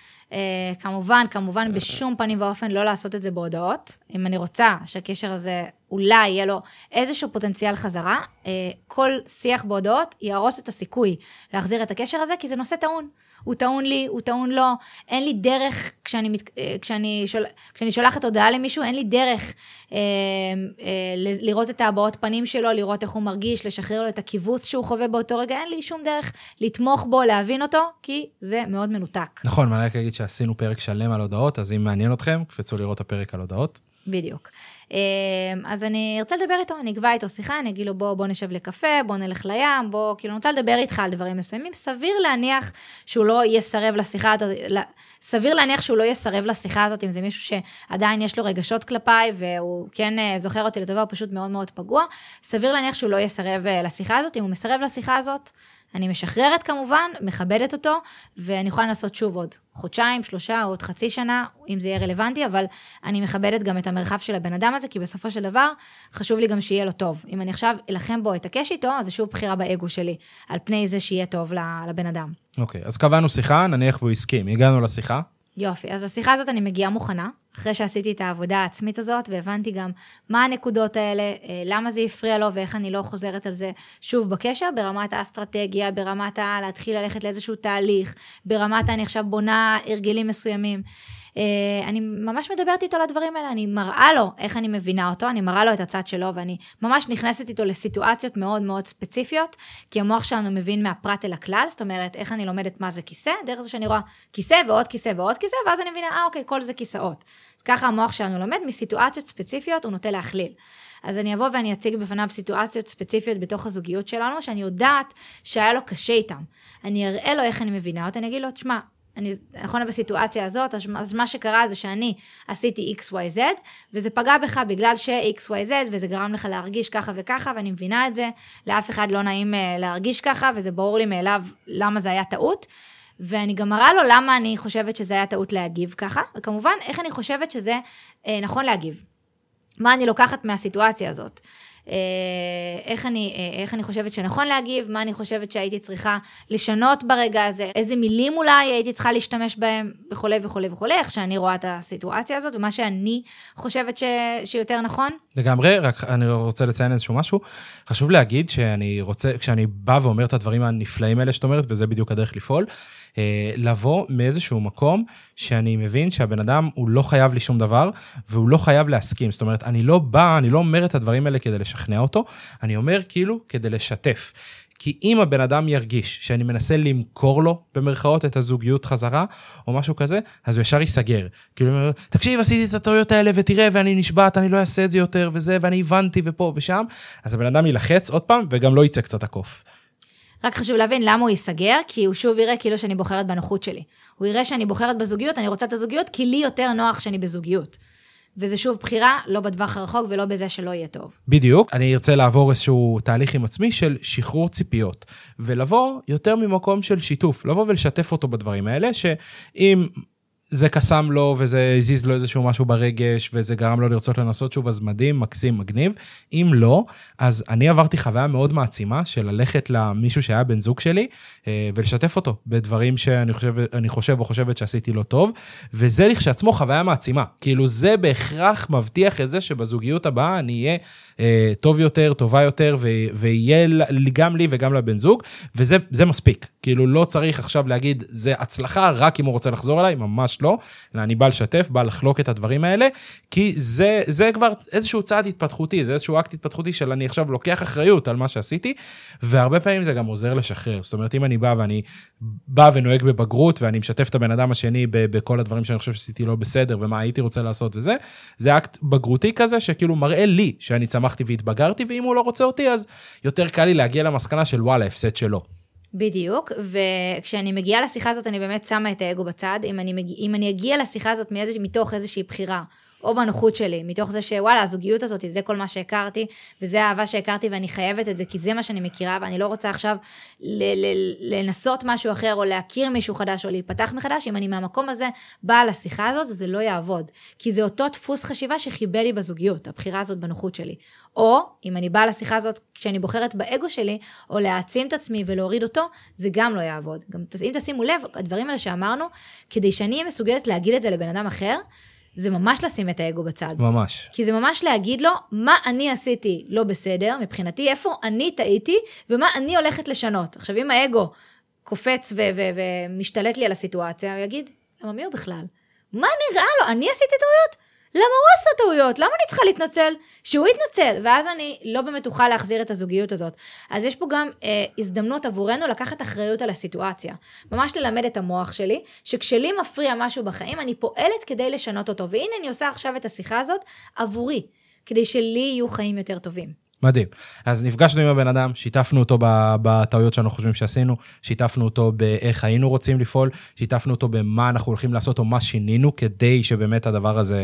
כמובן בשום פנים ואופן לא לעשות את זה בהודעות. אם אני רוצה שהקשר הזה אולי יהיה לו איזשהו פוטנציאל חזרה, כל שיח בהודעות יהרוס את הסיכוי להחזיר את הקשר הזה, כי זה נושא טעון. הוא טעון לי, הוא טעון לו, אין לי דרך, כשאני שולחת הודעה למישהו, אין לי דרך לראות את הבעות פנים שלו, לראות איך הוא מרגיש, לשחרר לו את הקיבוץ שהוא חווה באותו רגע, אין לי שום דרך לתמוך בו, להבין אותו, כי זה מאוד מנותק. נכון, אני רק אגיד שעשינו פרק שלם על הודעות, אז אם מעניין אתכם, קפצו לראות את הפרק על הודעות. בדיוק. אז אני ארצה לדבר איתו, אני אקבע איתו שיחה, אני אגיד לו בוא נשב לקפה, בוא נלך לים, כאילו אני רוצה לדבר איתך על דברים מסוימים, סביר להניח שהוא לא יסרב לשיחה הזאת, סביר להניח שהוא לא יסרב לשיחה הזאת, אם זה מישהו שעדיין יש לו רגשות כלפיי, והוא כן זוכר אותי לטובה, הוא פשוט מאוד מאוד פגוע, סביר להניח שהוא לא יסרב לשיחה הזאת, אם הוא מסרב לשיחה הזאת, אני משחררת כמובן, מכבדת אותו, ואני יכולה לנסות שוב עוד חודשיים, 3 או עוד חצי שנה, אם זה יהיה רלוונטי, אבל אני מכבדת גם את המרחב של הבן אדם הזה, כי בסופו של דבר חשוב לי גם שיהיה לו טוב. אם אני עכשיו אלחם בו את הקש איתו, אז זה שוב בחירה באגו שלי, על פני זה שיהיה טוב לבן אדם. אוקיי, אז קבענו שיחה, נניח והוא הסכים, הגענו לשיחה. יופי, אז לשיחה הזאת אני מגיעה מוכנה, אחרי שעשיתי את העבודה העצמית הזאת, והבנתי גם מה הנקודות האלה, למה זה הפריע לו, ואיך אני לא חוזרת על זה שוב בקשר, ברמת האסטרטגיה, ברמת להתחיל ללכת לאיזשהו תהליך, ברמת אני עכשיו בונה הרגלים מסוימים. אני ממש מדברת איתו על הדברים האלה, אני מראה לו איך אני מבינה אותו, אני מראה לו את הצד שלו, ואני ממש נכנסת איתו לסיטואציות מאוד מאוד ספציפיות, כי המוח שלנו מבין מהפרט אל הכלל, זאת אומרת, איך אני לומדת מה זה כיסא, דרך זה שאני רואה כיסא ועוד כיסא ועוד כיסא, ואז אני מבינה, אוקיי, כל זה כיסאות. אז ככה המוח שלנו לומד, מסיטואציות ספציפיות הוא נוטה להכליל. אז אני אבוא ואני אציג בפניו סיטואציות ספציפיות בתוך הזוגיות שלנו, שאני יודעת שהיה לו קשה איתם. אני אראה לו איך אני מבינה אותה, אני אגיד לו, תשמע, נכון בסיטואציה הזאת, אז מה שקרה זה שאני עשיתי XYZ, וזה פגע בך בגלל ש-XYZ, וזה גרם לך להרגיש ככה וככה, ואני מבינה את זה, לאף אחד לא נעים להרגיש ככה, וזה ברור לי מאליו למה זה היה טעות, ואני גם מראה לו למה אני חושבת שזה היה טעות להגיב ככה, וכמובן איך אני חושבת שזה נכון להגיב. מה אני לוקחת מהסיטואציה הזאת. איך אני חושבת שנכון להגיב, מה אני חושבת שהייתי צריכה לשנות ברגע הזה, איזה מילים אולי הייתי צריכה להשתמש בהם, וכו' וכו' וכו', איך שאני רואה את הסיטואציה הזאת, ומה שאני חושבת שיותר נכון. לגמרי, רק אני רוצה לציין איזשהו משהו, חשוב להגיד כשאני בא ואומר את הדברים הנפלאים האלה שאת אומרת, וזה בדיוק הדרך לפעול, לבוא מאיזשהו מקום שאני מבין שהבן אדם הוא לא חייב לי שום דבר, והוא לא חייב להסכים. זאת אומרת, אני לא אומר את הדברים האלה כדי לשכנע אותו, אני אומר כאילו כדי לשתף. כי אם הבן אדם ירגיש שאני מנסה למכור לו במרכאות את הזוגיות חזרה, או משהו כזה, אז הוא ישר ייסגר. כאילו, תקשיב, עשיתי את הטעויות האלה, ותראה, ואני נשבעת, אני לא אעשה את זה יותר, וזה, ואני הבנתי, ופה ושם. אז הבן אדם ילחץ עוד פעם, וגם לא יצא קצת הקוף. רק חשוב להבין למה הוא ייסגר, כי הוא שוב יראה כאילו שאני בוחרת בנוחות שלי. הוא יראה שאני בוחרת בזוגיות, אני רוצה את הזוגיות, כי לי יותר נוח שאני בזוגיות. וזה שוב בחירה, לא בטווח הרחוק ולא בזה שלא יהיה טוב. בדיוק, אני ארצה לעבור איזשהו תהליך עם עצמי של שחרור ציפיות, ולבוא יותר ממקום של שיתוף, לבוא ולשתף אותו בדברים האלה, שאם זה קסם לו, וזה הזיז לו איזשהו משהו ברגש, וזה גרם לו לרצות לנסות שוב, אז מדהים, מקסים, מגניב. אם לא, אז אני עברתי חוויה מאוד מעצימה, של ללכת למישהו שהיה בן זוג שלי, ולשתף אותו בדברים שאני חושב או חושבת שעשיתי לו טוב, וזה לכשעצמו חוויה מעצימה. כאילו זה בהכרח מבטיח את זה שבזוגיות הבאה אני אהיה טוב יותר, טובה יותר, ויהיה גם לי וגם לבן זוג, וזה מספיק. כאילו לא צריך עכשיו להגיד, זה הצלחה רק אם הוא רוצה לחזור אליי, ממש לא. אני בא לשתף, בא לחלוק את הדברים האלה, כי זה כבר איזשהו צעד התפתחותי, זה איזשהו אקט התפתחותי של אני עכשיו לוקח אחריות על מה שעשיתי, והרבה פעמים זה גם עוזר לשחרר. זאת אומרת, אם אני בא ונוהג בבגרות, ואני משתף את הבן אדם השני בכל הדברים שאני חושב שעשיתי לא בסדר, ומה הייתי רוצה לעשות וזה, זה אקט בגרותי כזה, שכאילו מראה לי שאני צמחתי והתבגרתי, ואם הוא לא רוצה אותי, אז יותר קל לי להגיע למסקנה של וואלה, הפסד שלו. בדיוק, וכשאני מגיעה לשיחה הזאת, אני באמת שמה את האגו בצד. אם אני אגיע לשיחה הזאת מתוך איזושהי בחירה, או בנוחות שלי, מתוך זה שוואלה, הזוגיות הזאת, זה כל מה שהכרתי, וזה האהבה שהכרתי, ואני חייבת את זה, כי זה מה שאני מכירה, ואני לא רוצה עכשיו לנסות משהו אחר, או להכיר מישהו חדש, או להיפתח מחדש. אם אני מהמקום הזה באה לשיחה הזאת, זה לא יעבוד, כי זה אותו דפוס חשיבה שחיבל לי בזוגיות, הבחירה הזאת בנוחות שלי. או, אם אני באה לשיחה הזאת, כשאני בוחרת באגו שלי, או להעצים את עצמי ולהוריד אותו, זה גם לא יעבוד. גם אם תשימו לב, הדברים האלה שאמרנו, כדי שאני אהיה מסוגלת להגיד את זה לבן אדם אחר, זה ממש לשים את האגו בצד. ממש. כי זה ממש להגיד לו, מה אני עשיתי לא בסדר, מבחינתי, איפה אני טעיתי, ומה אני הולכת לשנות. עכשיו, אם האגו קופץ ומשתלט לי על הסיטואציה, הוא יגיד, למה מי הוא בכלל? מה נראה לו? אני עשיתי טעויות? למה הוא עשה טעויות? למה אני צריכה להתנצל? שהוא יתנצל, ואז אני לא באמת אוכל להחזיר את הזוגיות הזאת. אז יש פה גם הזדמנות עבורנו לקחת אחריות על הסיטואציה. ממש ללמד את המוח שלי, שכשלי מפריע משהו בחיים, אני פועלת כדי לשנות אותו. והנה אני עושה עכשיו את השיחה הזאת עבורי, כדי שלי יהיו חיים יותר טובים. מדהים. אז נפגשנו עם הבן אדם, שיתפנו אותו בטעויות שאנחנו חושבים שעשינו, שיתפנו אותו באיך היינו רוצים לפעול, שיתפנו אותו במה אנחנו הולכים לעשות או מה שינינו, כדי שבאמת הדבר הזה,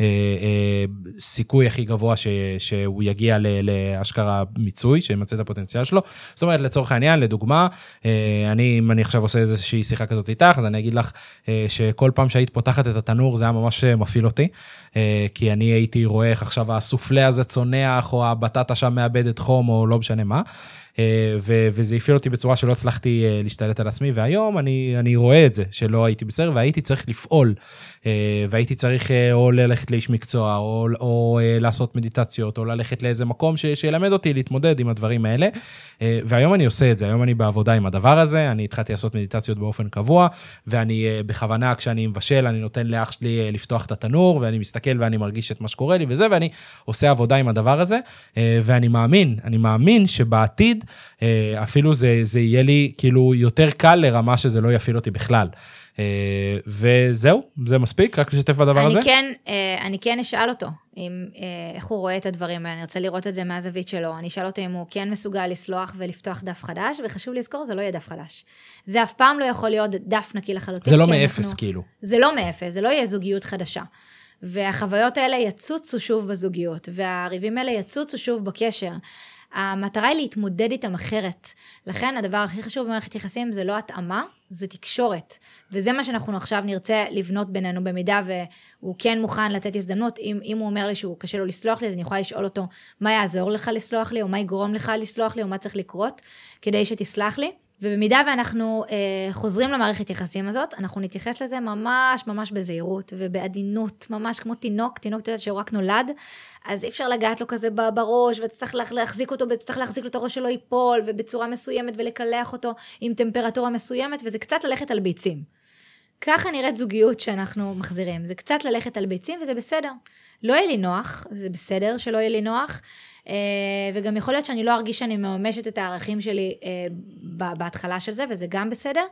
סיכוי הכי גבוה שהוא יגיע להשכרה מיצוי, שימצא את הפוטנציאל שלו. זאת אומרת, לצורך העניין, לדוגמה, אם אני עכשיו עושה איזושהי שיחה כזאת איתך, אז אני אגיד לך שכל פעם שהיית פותחת את התנור, זה היה ממש מפעיל אותי, כי אני הייתי רואה איך עכשיו הסופלה הזה צונח, או הבטטה שם מאבדת חום, או לא משנה מה, וזה הפעיל אותי בצורה שלא הצלחתי להשתלט על עצמי, והיום אני רואה את זה, שלא הייתי בסדר, והייתי צריך לפעול, והייתי צריך או ללכת לאיש מקצוע, או לעשות מדיטציות, או ללכת לאיזה מקום שילמד אותי להתמודד עם הדברים האלה, והיום אני עושה את זה, היום אני בעבודה עם הדבר הזה, אני התחלתי לעשות מדיטציות באופן קבוע, ואני בכוונה, כשאני מבשל, אני נותן לאח שלי לפתוח את התנור, ואני מסתכל ואני מרגיש את מה שקורה לי וזה, ואני עושה עבודה עם הדבר הזה, ואני מאמין שבעתיד, אפילו זה יהיה לי כאילו יותר קל לרמה שזה לא יפעיל אותי בכלל. וזהו, זה מספיק, רק לשתף בדבר הזה? אני כן אשאל אותו, איך הוא רואה את הדברים האלה, אני רוצה לראות את זה מהזווית שלו, אני אשאל אותו אם הוא כן מסוגל לסלוח ולפתוח דף חדש, וחשוב לזכור, זה לא יהיה דף חדש. זה אף פעם לא יכול להיות דף נקי לחלוטין. זה לא מאפס כאילו. זה לא מאפס, זה לא יהיה זוגיות חדשה. והחוויות האלה יצוצו שוב בזוגיות, והריבים האלה יצוצו שוב בקשר. המטרה היא להתמודד איתם אחרת. לכן הדבר הכי חשוב במערכת יחסים זה לא התאמה, זה תקשורת. וזה מה שאנחנו עכשיו נרצה לבנות בינינו, במידה והוא כן מוכן לתת הזדמנות. אם הוא אומר לי שהוא קשה לו לסלוח לי, אז אני יכולה לשאול אותו מה יעזור לך לסלוח לי, או מה יגרום לך לסלוח לי, או מה צריך לקרות כדי שתסלח לי. ובמידה ואנחנו חוזרים למערכת יחסים הזאת, אנחנו נתייחס לזה ממש בזהירות ובעדינות, ממש כמו תינוק שהוא רק נולד, אז אי אפשר לגעת לו כזה בראש, וצריך להחזיק אותו, וצריך להחזיק לו את הראש שלו ייפול, ובצורה מסוימת, ולקלח אותו עם טמפרטורה מסוימת, וזה קצת ללכת על ביצים. ככה נראית זוגיות שאנחנו מחזירים, זה קצת ללכת על ביצים, וזה בסדר. לא יהיה לי נוח, זה בסדר שלא יהיה לי נוח, וגם יכול להיות שאני לא ארגיש שאני מממשת את הערכים שלי בהתחלה של זה, וזה גם בסדר.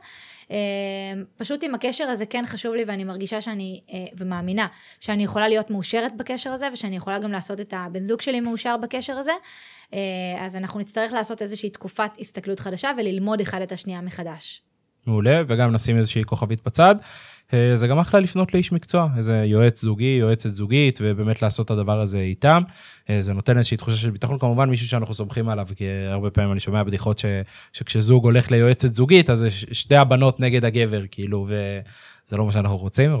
פשוט עם הקשר הזה כן חשוב לי, ואני מרגישה שאני, ומאמינה, שאני יכולה להיות מאושרת בקשר הזה, ושאני יכולה גם לעשות את הבן זוג שלי מאושר בקשר הזה, אז אנחנו נצטרך לעשות איזושהי תקופת הסתכלות חדשה, וללמוד אחד את השנייה מחדש. מעולה, וגם נשים איזושהי כוכבית בצד. זה גם אחלה לפנות לאיש מקצוע, איזה יועץ זוגי, יועצת זוגית, ובאמת לעשות את הדבר הזה איתם. זה נותן איזושהי תחושה של ביטחון, כמובן מישהו שאנחנו סומכים עליו, כי הרבה פעמים אני שומע בדיחות שכשזוג הולך ליועצת זוגית, אז שתי הבנות נגד הגבר, כאילו, זה לא מה שאנחנו רוצים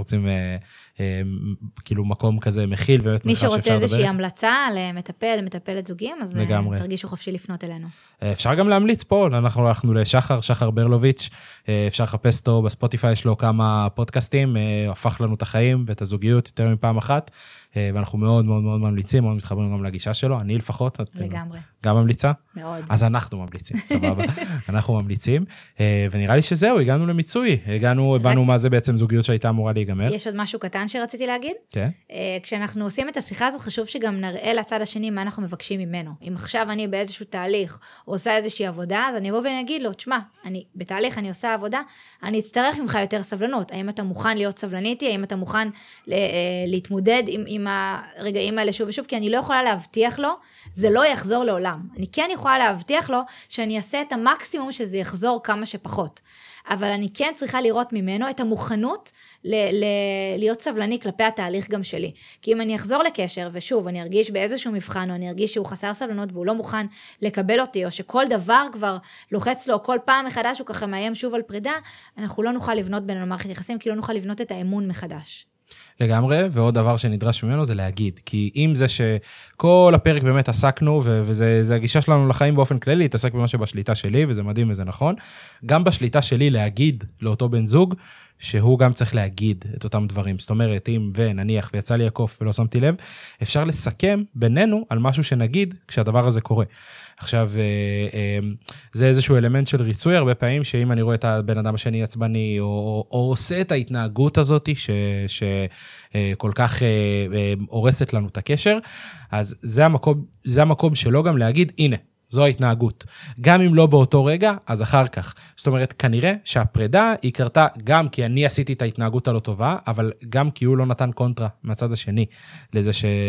כאילו מקום כזה מכיל, מי שרוצה איזושהי המלצה למטפל, מטפלת זוגיים, אז תרגישו חופשי לפנות אלינו. אפשר גם להמליץ פה, אנחנו הלכנו שחר ברלוביץ', אפשר לחפש אותו בספוטיפיי, יש לו כמה פודקאסטים, הפך לנו את החיים ואת הזוגיות יותר מפעם אחת, ואנחנו מאוד מאוד מאוד ממליצים, מאוד מתחברים גם לגישה שלו, אני לפחות, לגמרי. גם ממליצה? מאוד. אז אנחנו ממליצים, סבבה. אנחנו ממליצים, ונראה לי שזהו, הגענו למיצוי, הבנו מה זה בעצם זוגיות שהייתה אמורה להיגמר. יש עוד משהו קטן שרציתי להגיד? כן. כשאנחנו עושים את השיחה הזאת, חשוב שגם נראה לצד השני מה אנחנו מבקשים ממנו. אם עכשיו אני באיזשהו תהליך, או עושה איזושהי עבודה, אז אני אבוא ואני אגיד לו, תשמע, אני בתהליך, אני עושה עבודה, אני אצטרך ממך יותר סבלנות. האם אתה מוכן להיות סבלניתי? האם אתה מוכן להתמודד עם הרגעים האלה שוב ושוב? כי אני לא יכולה להבטיח לו, זה לא יחזור לעולם. אני כן יכולה להבטיח לו שאני אעשה את המקסימום שזה יחזור כמה שפחות. אבל אני כן צריכה לראות ממנו את המוכנות להיות סבלני כלפי התהליך גם שלי. כי אם אני אחזור לקשר, ושוב, אני ארגיש באיזשהו מבחן, או אני ארגיש שהוא חסר סבלנות, והוא לא מוכן לקבל אותי, או שכל דבר כבר לוחץ לו, כל פעם מחדש, הוא ככה מאיים שוב על פרידה, אנחנו לא נוכל לבנות בינינו מערכת יחסים, כי לא נוכל לבנות את האמון מחדש. לגמרי, ועוד דבר שנדרש ממנו זה להגיד, כי אם זה שכל הפרק באמת עסקנו, וזה הגישה שלנו לחיים באופן כללי, להתעסק במה שבשליטה שלי, וזה מדהים וזה נכון, גם בשליטה שלי להגיד לאותו בן זוג, שהוא גם צריך להגיד את אותם דברים. זאת אומרת, אם ונניח ויצא לי הקוף ולא שמתי לב, אפשר לסכם בינינו על משהו שנגיד כשהדבר הזה קורה. עכשיו, זה איזשהו אלמנט של ריצוי, הרבה פעמים שאם אני רואה את הבן אדם השני עצבני, או עושה את ההתנהגות הזאת, שכל כך הורסת לנו את הקשר, אז זה המקום שלו גם להגיד, הנה, זו ההתנהגות. גם אם לא באותו רגע, אז אחר כך. זאת אומרת, כנראה שהפרידה היא קרתה גם כי אני עשיתי את ההתנהגות הלא טובה, אבל גם כי הוא לא נתן קונטרה מהצד השני, לזה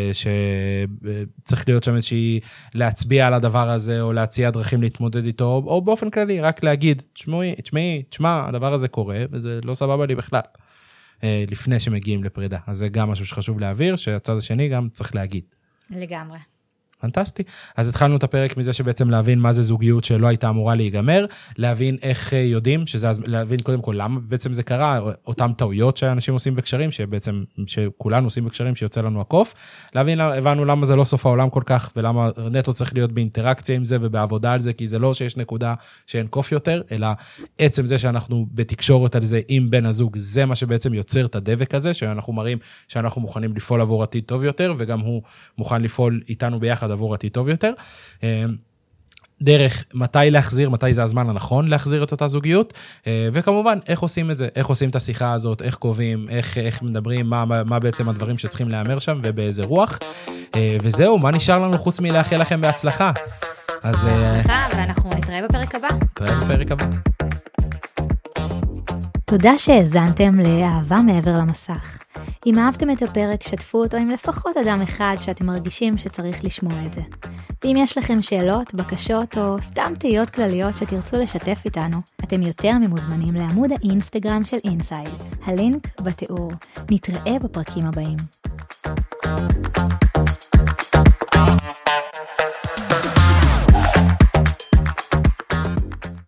שצריך להיות שם איזושהי להצביע על הדבר הזה, או להציע דרכים להתמודד איתו, או באופן כללי, רק להגיד, תשמע, הדבר הזה קורה, וזה לא סבבה לי בכלל, לפני שמגיעים לפרידה. אז זה גם משהו שחשוב להעביר, שהצד השני גם צריך להגיד. לגמרי. פנטסטי. אז התחלנו את הפרק מזה שבעצם להבין מה זה זוגיות שלא הייתה אמורה להיגמר, להבין איך יודעים, להבין קודם כל למה בעצם זה קרה, אותם טעויות שאנשים עושים בקשרים, שכולנו עושים בקשרים שיוצא לנו הקוף, להבין, הבנו למה זה לא סוף העולם כל כך, ולמה נטו צריך להיות באינטראקציה עם זה ובעבודה על זה, כי זה לא שיש נקודה שאין קוף יותר, אלא עצם זה שאנחנו בתקשורת על זה עם בן הזוג, זה מה שבעצם יוצר את הדבק הזה, שאנחנו מראים שאנחנו מוכנים לפעול עבור עתיד טוב יותר, וגם הוא מוכן לפעול איתנו ביחד עבור עתיד טוב יותר. דרך מתי להחזיר, מתי זה הזמן הנכון להחזיר את אותה זוגיות, וכמובן איך עושים את זה, איך עושים את השיחה הזאת, איך קובעים, איך מדברים, מה בעצם הדברים שצריכים להיאמר שם ובאיזה רוח, וזהו, מה נשאר לנו חוץ מלאחל לכם בהצלחה. אז בהצלחה, ואנחנו נתראה בפרק הבא. נתראה בפרק הבא. תודה שהאזנתם לאהבה מעבר למסך. אם אהבתם את הפרק, שתפו אותו עם לפחות אדם אחד שאתם מרגישים שצריך לשמוע את זה. ואם יש לכם שאלות, בקשות או סתם תהיות כלליות שתרצו לשתף איתנו, אתם יותר ממוזמנים לעמוד האינסטגרם של אינסייד. הלינק בתיאור. נתראה בפרקים הבאים.